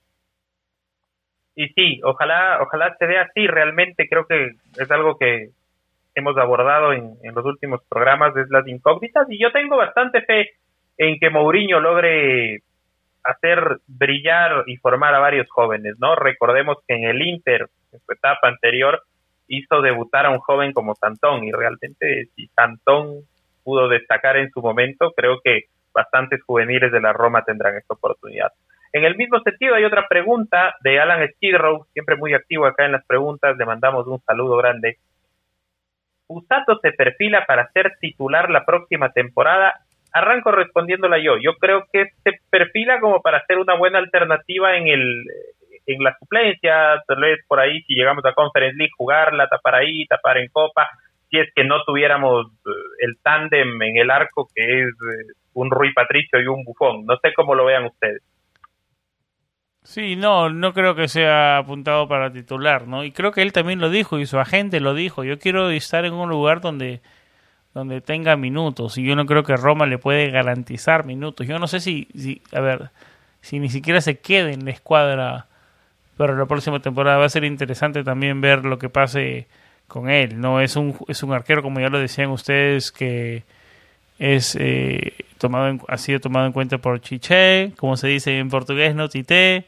Y sí, ojalá se dé así. Realmente creo que es algo que hemos abordado en los últimos programas, es las incógnitas, y yo tengo bastante fe en que Mourinho logre hacer brillar y formar a varios jóvenes, ¿no? Recordemos que en el Inter, en su etapa anterior, hizo debutar a un joven como Santón, y realmente si Santón pudo destacar en su momento, creo que bastantes juveniles de la Roma tendrán esta oportunidad. En el mismo sentido, hay otra pregunta de Alan Skidrow, siempre muy activo acá en las preguntas, le mandamos un saludo grande. ¿Usato se perfila para ser titular la próxima temporada? Arranco respondiéndola yo. Yo creo que se perfila como para ser una buena alternativa en la suplencia, tal vez por ahí si llegamos a Conference League, jugarla, tapar ahí, tapar en Copa, si es que no tuviéramos el tándem en el arco que es un Rui Patricio y un Buffon. No sé cómo lo vean ustedes. Sí, no creo que sea apuntado para titular, ¿no? Y creo que él también lo dijo y su agente lo dijo. Yo quiero estar en un lugar donde tenga minutos, y yo no creo que Roma le puede garantizar minutos. Yo no sé si ni siquiera se quede en la escuadra para la próxima temporada. Va a ser interesante también ver lo que pase con él, ¿no? Es un arquero, como ya lo decían ustedes, que es ha sido tomado en cuenta por Chiché, como se dice en portugués, no Tite.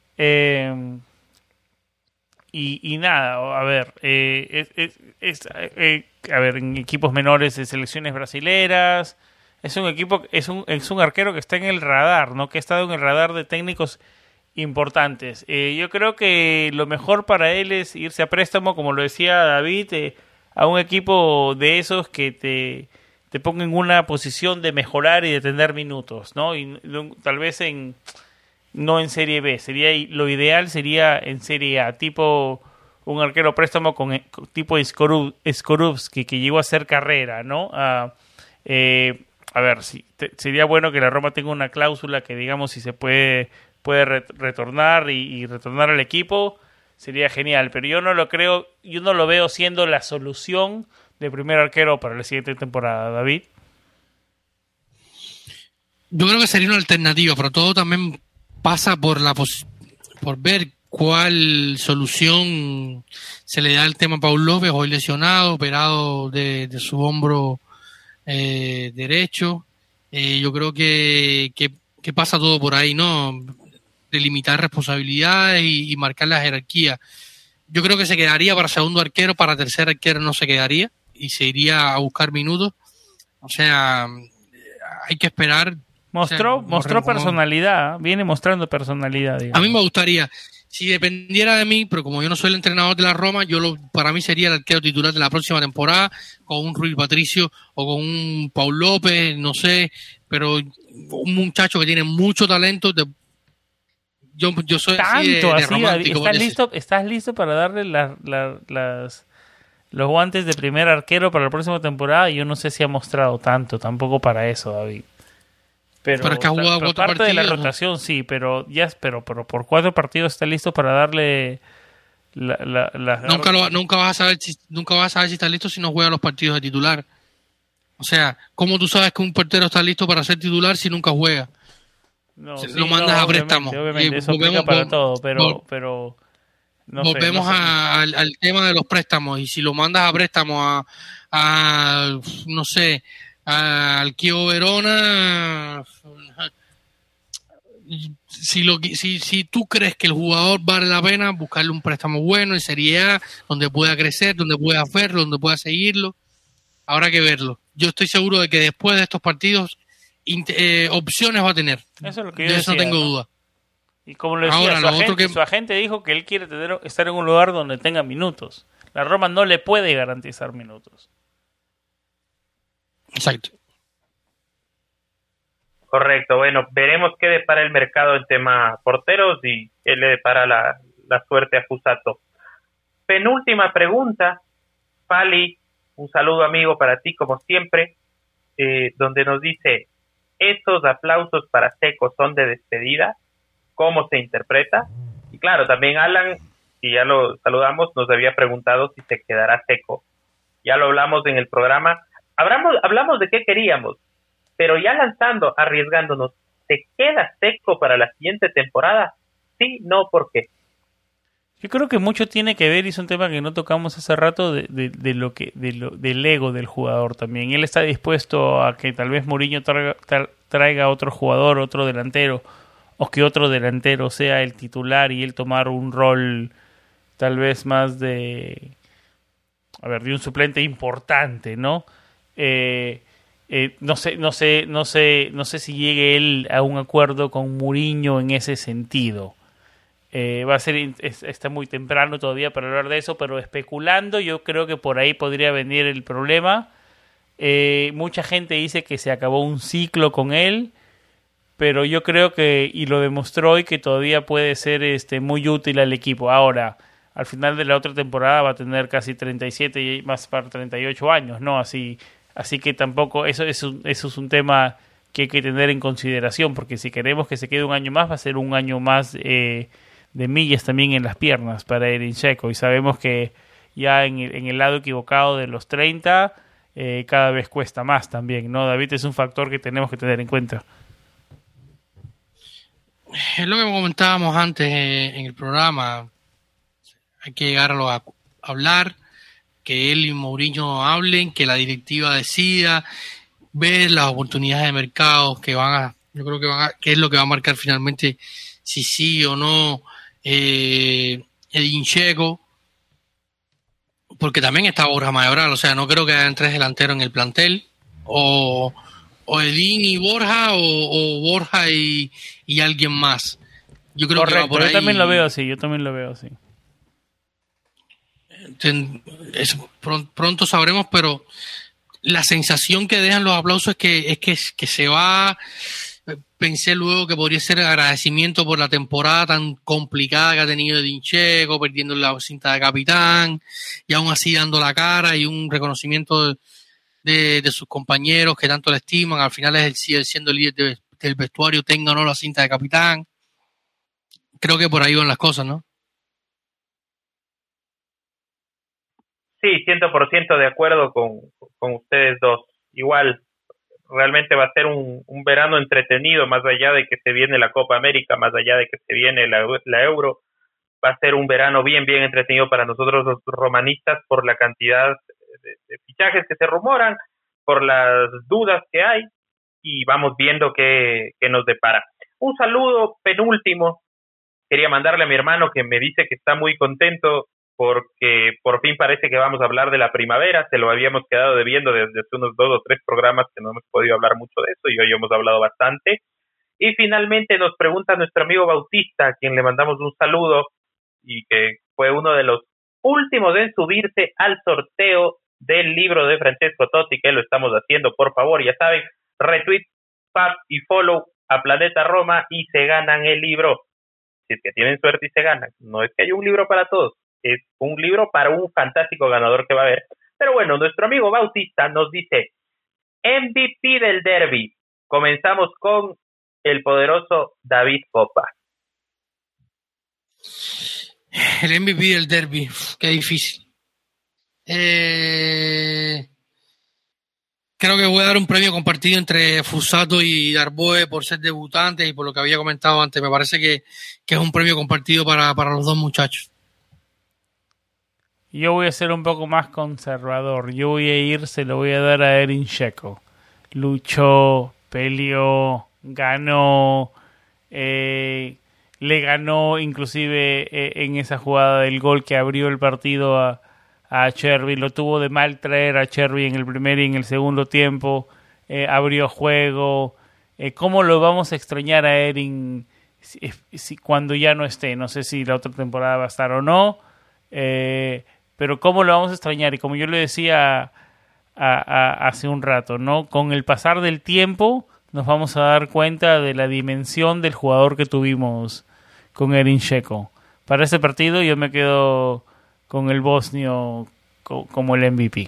Y nada, a ver, en equipos menores de selecciones brasileras, es un arquero que está en el radar, ¿no? Que ha estado en el radar de técnicos importantes. Yo creo que lo mejor para él es irse a préstamo, como lo decía David, a un equipo de esos que te ponga en una posición de mejorar y de tener minutos, ¿no? Y tal vez no en Serie B, lo ideal sería en Serie A, tipo un arquero préstamo tipo Skorupski, que llegó a hacer carrera, ¿no? A ver, sería bueno que la Roma tenga una cláusula que, digamos, si se puede retornar y retornar al equipo, sería genial, pero yo no lo veo siendo la solución de primer arquero para la siguiente temporada, David. Yo creo que sería una alternativa, pero todo también pasa por ver cuál solución se le da al tema a Paul López, hoy lesionado, operado de su hombro derecho. Yo creo que pasa todo por ahí, ¿no? Delimitar responsabilidades y marcar la jerarquía. Yo creo que se quedaría para segundo arquero, para tercer arquero no se quedaría y se iría a buscar minutos. O sea, hay que esperar. Mostró personalidad, viene mostrando personalidad, digamos. A mí me gustaría, si dependiera de mí, pero como yo no soy el entrenador de la Roma, para mí sería el arquero titular de la próxima temporada, con un Rui Patricio o con un Paul López, no sé, pero un muchacho que tiene mucho talento. Yo soy así de romántico. ¿Estás listo para darle los guantes de primer arquero para la próxima temporada? Yo no sé si ha mostrado tanto, tampoco para eso, David. Pero es que ha jugado 4 parte partidos, de la rotación, ¿no? Sí, pero por 4 partidos está listo para darle nunca vas a saber si está listo si no juega los partidos de titular. O sea, ¿cómo tú sabes que un portero está listo para ser titular si nunca juega? No, lo mandas a préstamo. Obviamente, eso aplica para todo, pero no volvemos al tema de los préstamos, y si lo mandas a préstamo a no sé, al Chievo Verona, si tú crees que el jugador vale la pena, buscarle un préstamo bueno en Serie A, donde pueda crecer, donde pueda verlo, donde pueda seguirlo. Habrá que verlo. Yo estoy seguro de que después de estos partidos opciones va a tener. Eso es lo que yo de decía, eso no tengo ¿no? duda. Y como lo decía, ahora, su agente dijo que él quiere estar en un lugar donde tenga minutos. La Roma no le puede garantizar minutos. Exacto. Correcto. Bueno, veremos qué depara el mercado en tema porteros y qué le depara la suerte a Fusato. Penúltima pregunta. Pali, un saludo amigo para ti como siempre, donde nos dice: ¿estos aplausos para Seco son de despedida? ¿Cómo se interpreta? Y claro, también Alan, y ya lo saludamos, nos había preguntado si se quedará Seco. Ya lo hablamos en el programa. Hablamos de qué queríamos, pero ya lanzando, arriesgándonos, ¿se queda Seco para la siguiente temporada? Sí, no, ¿por qué? Yo creo que mucho tiene que ver, y es un tema que no tocamos hace rato, del ego del jugador también. Él está dispuesto a que tal vez Mourinho traiga otro jugador, otro delantero, o que otro delantero sea el titular y él tomar un rol tal vez más de un suplente importante, ¿no? No sé si llegue él a un acuerdo con Mourinho en ese sentido. Está muy temprano todavía para hablar de eso, pero especulando, yo creo que por ahí podría venir el problema. Mucha gente dice que se acabó un ciclo con él, pero yo creo que, y lo demostró, y que todavía puede ser muy útil al equipo. Ahora, al final de la otra temporada va a tener casi 37 y más para 38 años, ¿no? Así que tampoco, eso es un tema que hay que tener en consideración, porque si queremos que se quede un año más, va a ser un año más de millas también en las piernas para Edin Dzeko, y sabemos que ya en el lado equivocado de los 30 cada vez cuesta más también, ¿no, David? Es un factor que tenemos que tener en cuenta. Es lo que comentábamos antes en el programa. Hay que llegarlo a hablar, que él y Mourinho hablen, que la directiva decida, ver las oportunidades de mercado que que es lo que va a marcar finalmente si sí o no Edin Dzeko, porque también está Borja Mayoral. O sea, no creo que hayan 3 delanteros en el plantel, o Edin y Borja, o Borja y alguien más. Yo creo correcto, que va por ahí. Yo también lo veo así. Pronto sabremos, pero la sensación que dejan los aplausos es que se va. Pensé luego que podría ser agradecimiento por la temporada tan complicada que ha tenido Edin Dzeko, perdiendo la cinta de capitán, y aún así dando la cara, y un reconocimiento de sus compañeros que tanto le estiman. Al final sigue siendo el líder del vestuario, tenga o no la cinta de capitán. Creo que por ahí van las cosas, ¿no? Sí, 100% de acuerdo con ustedes dos. Igual, realmente va a ser un verano entretenido, más allá de que se viene la Copa América, más allá de que se viene la Euro. Va a ser un verano bien entretenido para nosotros los romanistas por la cantidad de fichajes que se rumoran, por las dudas que hay, y vamos viendo qué nos depara. Un saludo penúltimo. Quería mandarle a mi hermano, que me dice que está muy contento porque por fin parece que vamos a hablar de la primavera. Se lo habíamos quedado debiendo desde hace unos 2 o 3 programas que no hemos podido hablar mucho de eso, y hoy hemos hablado bastante. Y finalmente nos pregunta nuestro amigo Bautista, a quien le mandamos un saludo, y que fue uno de los últimos en subirse al sorteo del libro de Francesco Totti, que lo estamos haciendo. Por favor, ya saben, retweet, pub y follow a Planeta Roma y se ganan el libro. Si es que tienen suerte y se ganan. No es que haya un libro para todos, es un libro para un fantástico ganador que va a haber. Pero bueno, nuestro amigo Bautista nos dice: MVP del derbi. Comenzamos con el poderoso David Copa. El MVP del derbi, qué difícil. Creo que voy a dar un premio compartido entre Fusato y Darboe por ser debutantes y por lo que había comentado antes. Me parece que es un premio compartido para los dos muchachos. Yo voy a ser un poco más conservador. Yo se lo voy a dar a Edin Dzeko. Luchó, peleó, ganó, le ganó inclusive en esa jugada del gol que abrió el partido a Chervi. Lo tuvo de mal traer a Chervi en el primer y en el segundo tiempo. Abrió juego. ¿Cómo lo vamos a extrañar a Edin cuando ya no esté? No sé si la otra temporada va a estar o no. Pero cómo lo vamos a extrañar. Y como yo le decía hace un rato, ¿no? Con el pasar del tiempo nos vamos a dar cuenta de la dimensión del jugador que tuvimos con Edin Dzeko. Para ese partido yo me quedo con el bosnio como el MVP.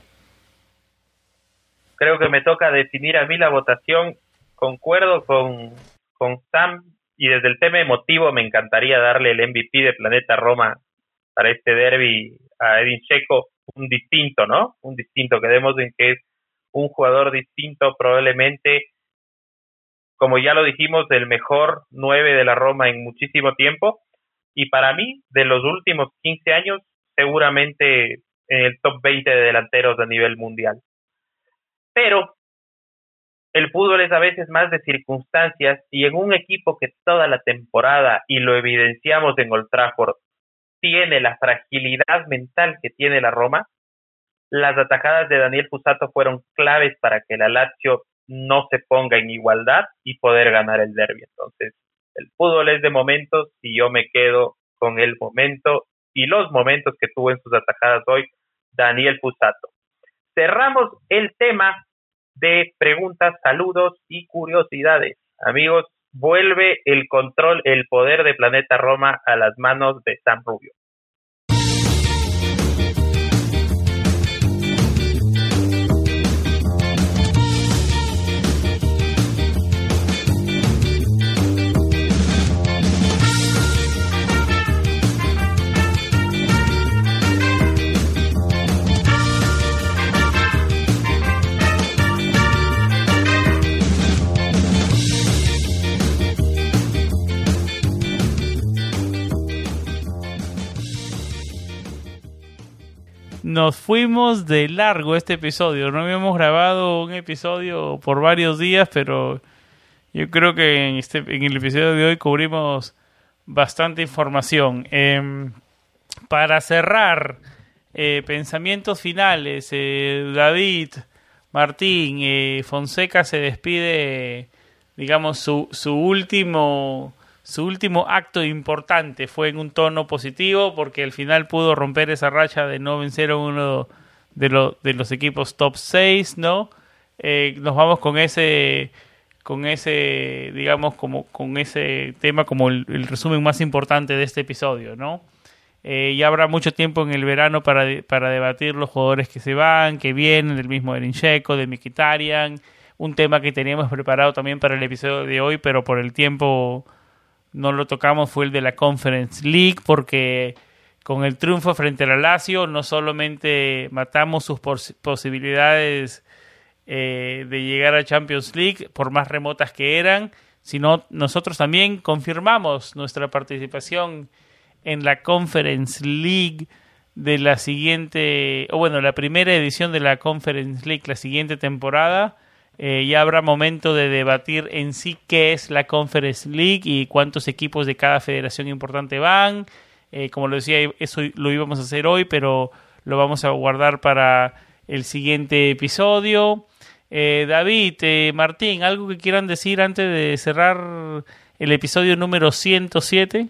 Creo que me toca definir a mí la votación. Concuerdo con Sam, y desde el tema emotivo me encantaría darle el MVP de Planeta Roma para este derbi a Edin Dzeko, un distinto, ¿no? Un distinto, quedemos en que es un jugador distinto, probablemente, como ya lo dijimos, el mejor 9 de la Roma en muchísimo tiempo, y para mí, de los últimos 15 años, seguramente en el top 20 de delanteros a nivel mundial. Pero el fútbol es a veces más de circunstancias, y en un equipo que toda la temporada, y lo evidenciamos en Old Trafford, tiene la fragilidad mental que tiene la Roma, las atajadas de Daniel Fusato fueron claves para que la Lazio no se ponga en igualdad y poder ganar el derbi. Entonces, el fútbol es de momentos, y yo me quedo con el momento y los momentos que tuvo en sus atajadas hoy Daniel Fusato. Cerramos el tema de preguntas, saludos y curiosidades. Amigos, vuelve el control, el poder de Planeta Roma a las manos de Sam Rubio. Nos fuimos de largo este episodio. No habíamos grabado un episodio por varios días, pero yo creo que en el episodio de hoy cubrimos bastante información. Para cerrar, pensamientos finales. David, Martín, Fonseca se despide, digamos, su último acto importante fue en un tono positivo, porque al final pudo romper esa racha de no vencer a uno de los equipos top 6, ¿no? Nos vamos con ese digamos, como con ese tema como el resumen más importante de este episodio, ¿no? Ya habrá mucho tiempo en el verano para debatir los jugadores que se van, que vienen, del mismo Edin Dzeko, de Mkhitaryan, un tema que teníamos preparado también para el episodio de hoy, pero por el tiempo no lo tocamos, fue el de la Conference League, porque con el triunfo frente al Lazio no solamente matamos sus posibilidades de llegar a Champions League, por más remotas que eran, sino nosotros también confirmamos nuestra participación en la Conference League de la siguiente, la primera edición de la Conference League, la siguiente temporada. Ya habrá momento de debatir en sí qué es la Conference League y cuántos equipos de cada federación importante van. Como lo decía, eso lo íbamos a hacer hoy, pero lo vamos a guardar para el siguiente episodio. David, Martín, ¿algo que quieran decir antes de cerrar el episodio número 107?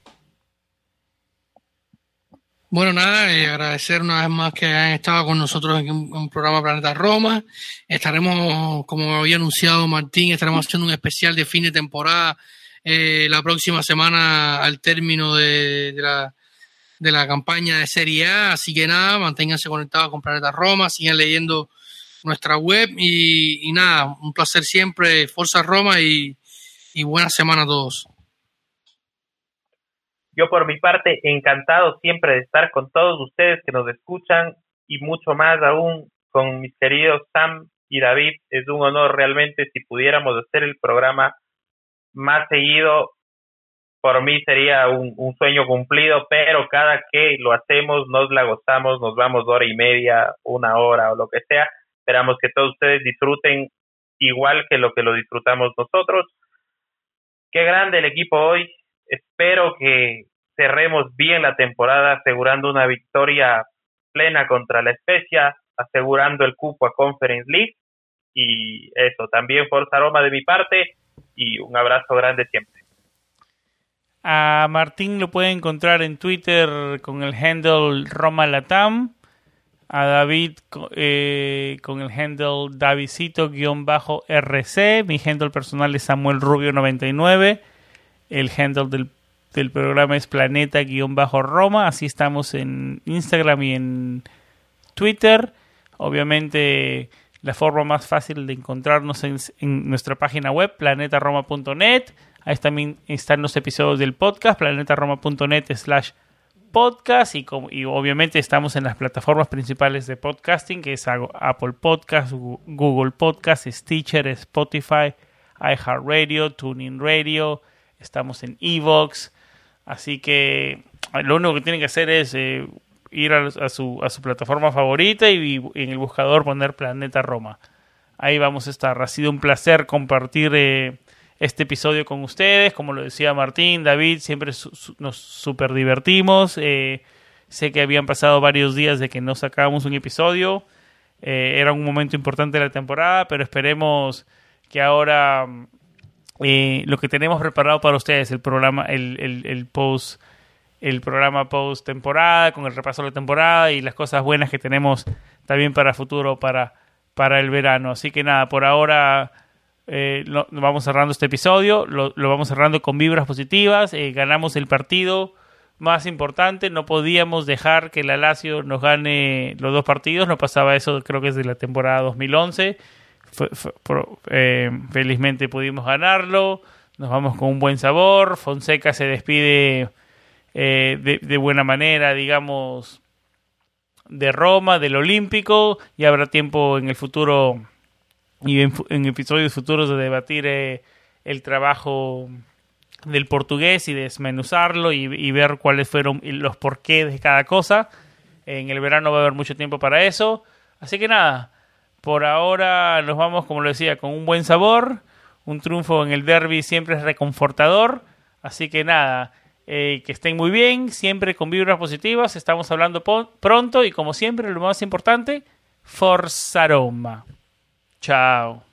Bueno, nada, agradecer una vez más que hayan estado con nosotros en un programa Planeta Roma. Estaremos, como había anunciado Martín, estaremos haciendo un especial de fin de temporada la próxima semana al término de la campaña de Serie A. Así que nada, manténganse conectados con Planeta Roma, sigan leyendo nuestra web y nada, un placer siempre. Forza Roma y buena semana a todos. Yo por mi parte, encantado siempre de estar con todos ustedes que nos escuchan y mucho más aún con mis queridos Sam y David. Es un honor realmente si pudiéramos hacer el programa más seguido. Por mí sería un sueño cumplido, pero cada que lo hacemos nos la gozamos, nos vamos 1:30, 1 hora o lo que sea. Esperamos que todos ustedes disfruten igual que lo disfrutamos nosotros. Qué grande el equipo hoy. Espero que cerremos bien la temporada asegurando una victoria plena contra la Spezia, asegurando el cupo a Conference League. Y eso, también Forza Roma de mi parte y un abrazo grande siempre. A Martín lo pueden encontrar en Twitter con el handle RomaLatam. A David con el handle Davidcito_RC. Mi handle personal es Samuel Rubio 99. El handle del programa es Planeta_Roma. Así estamos en Instagram y en Twitter. Obviamente la forma más fácil de encontrarnos en nuestra página web, planetaroma.net. Ahí también están los episodios del podcast, planetaroma.net/podcast. Y obviamente estamos en las plataformas principales de podcasting, que es Apple Podcast, Google Podcast, Stitcher, Spotify, iHeartRadio, TuneIn Radio. Estamos en Evox. Así que lo único que tienen que hacer es ir a su plataforma favorita y en el buscador poner Planeta Roma. Ahí vamos a estar. Ha sido un placer compartir este episodio con ustedes. Como lo decía Martín, David, siempre nos super divertimos. Sé que habían pasado varios días de que no sacábamos un episodio. Era un momento importante de la temporada, pero esperemos que ahora lo que tenemos preparado para ustedes, el programa, el programa post temporada, con el repaso de la temporada y las cosas buenas que tenemos también para futuro, para el verano. Así que nada, por ahora vamos cerrando este episodio, lo vamos cerrando con vibras positivas. Ganamos el partido más importante, no podíamos dejar que la Lazio nos gane los 2 partidos, no pasaba eso, creo que es de la temporada 2011. Felizmente pudimos ganarlo, nos vamos con un buen sabor. Fonseca se despide de buena manera, digamos, de Roma, del Olímpico, y habrá tiempo en el futuro y en episodios futuros de debatir el trabajo del portugués y desmenuzarlo y ver cuáles fueron los porqués de cada cosa. En el verano va a haber mucho tiempo para eso, así que nada, por ahora nos vamos, como lo decía, con un buen sabor. Un triunfo en el derbi siempre es reconfortador, así que nada, que estén muy bien, siempre con vibras positivas. Estamos hablando pronto y como siempre, lo más importante, Forza Roma. Chao.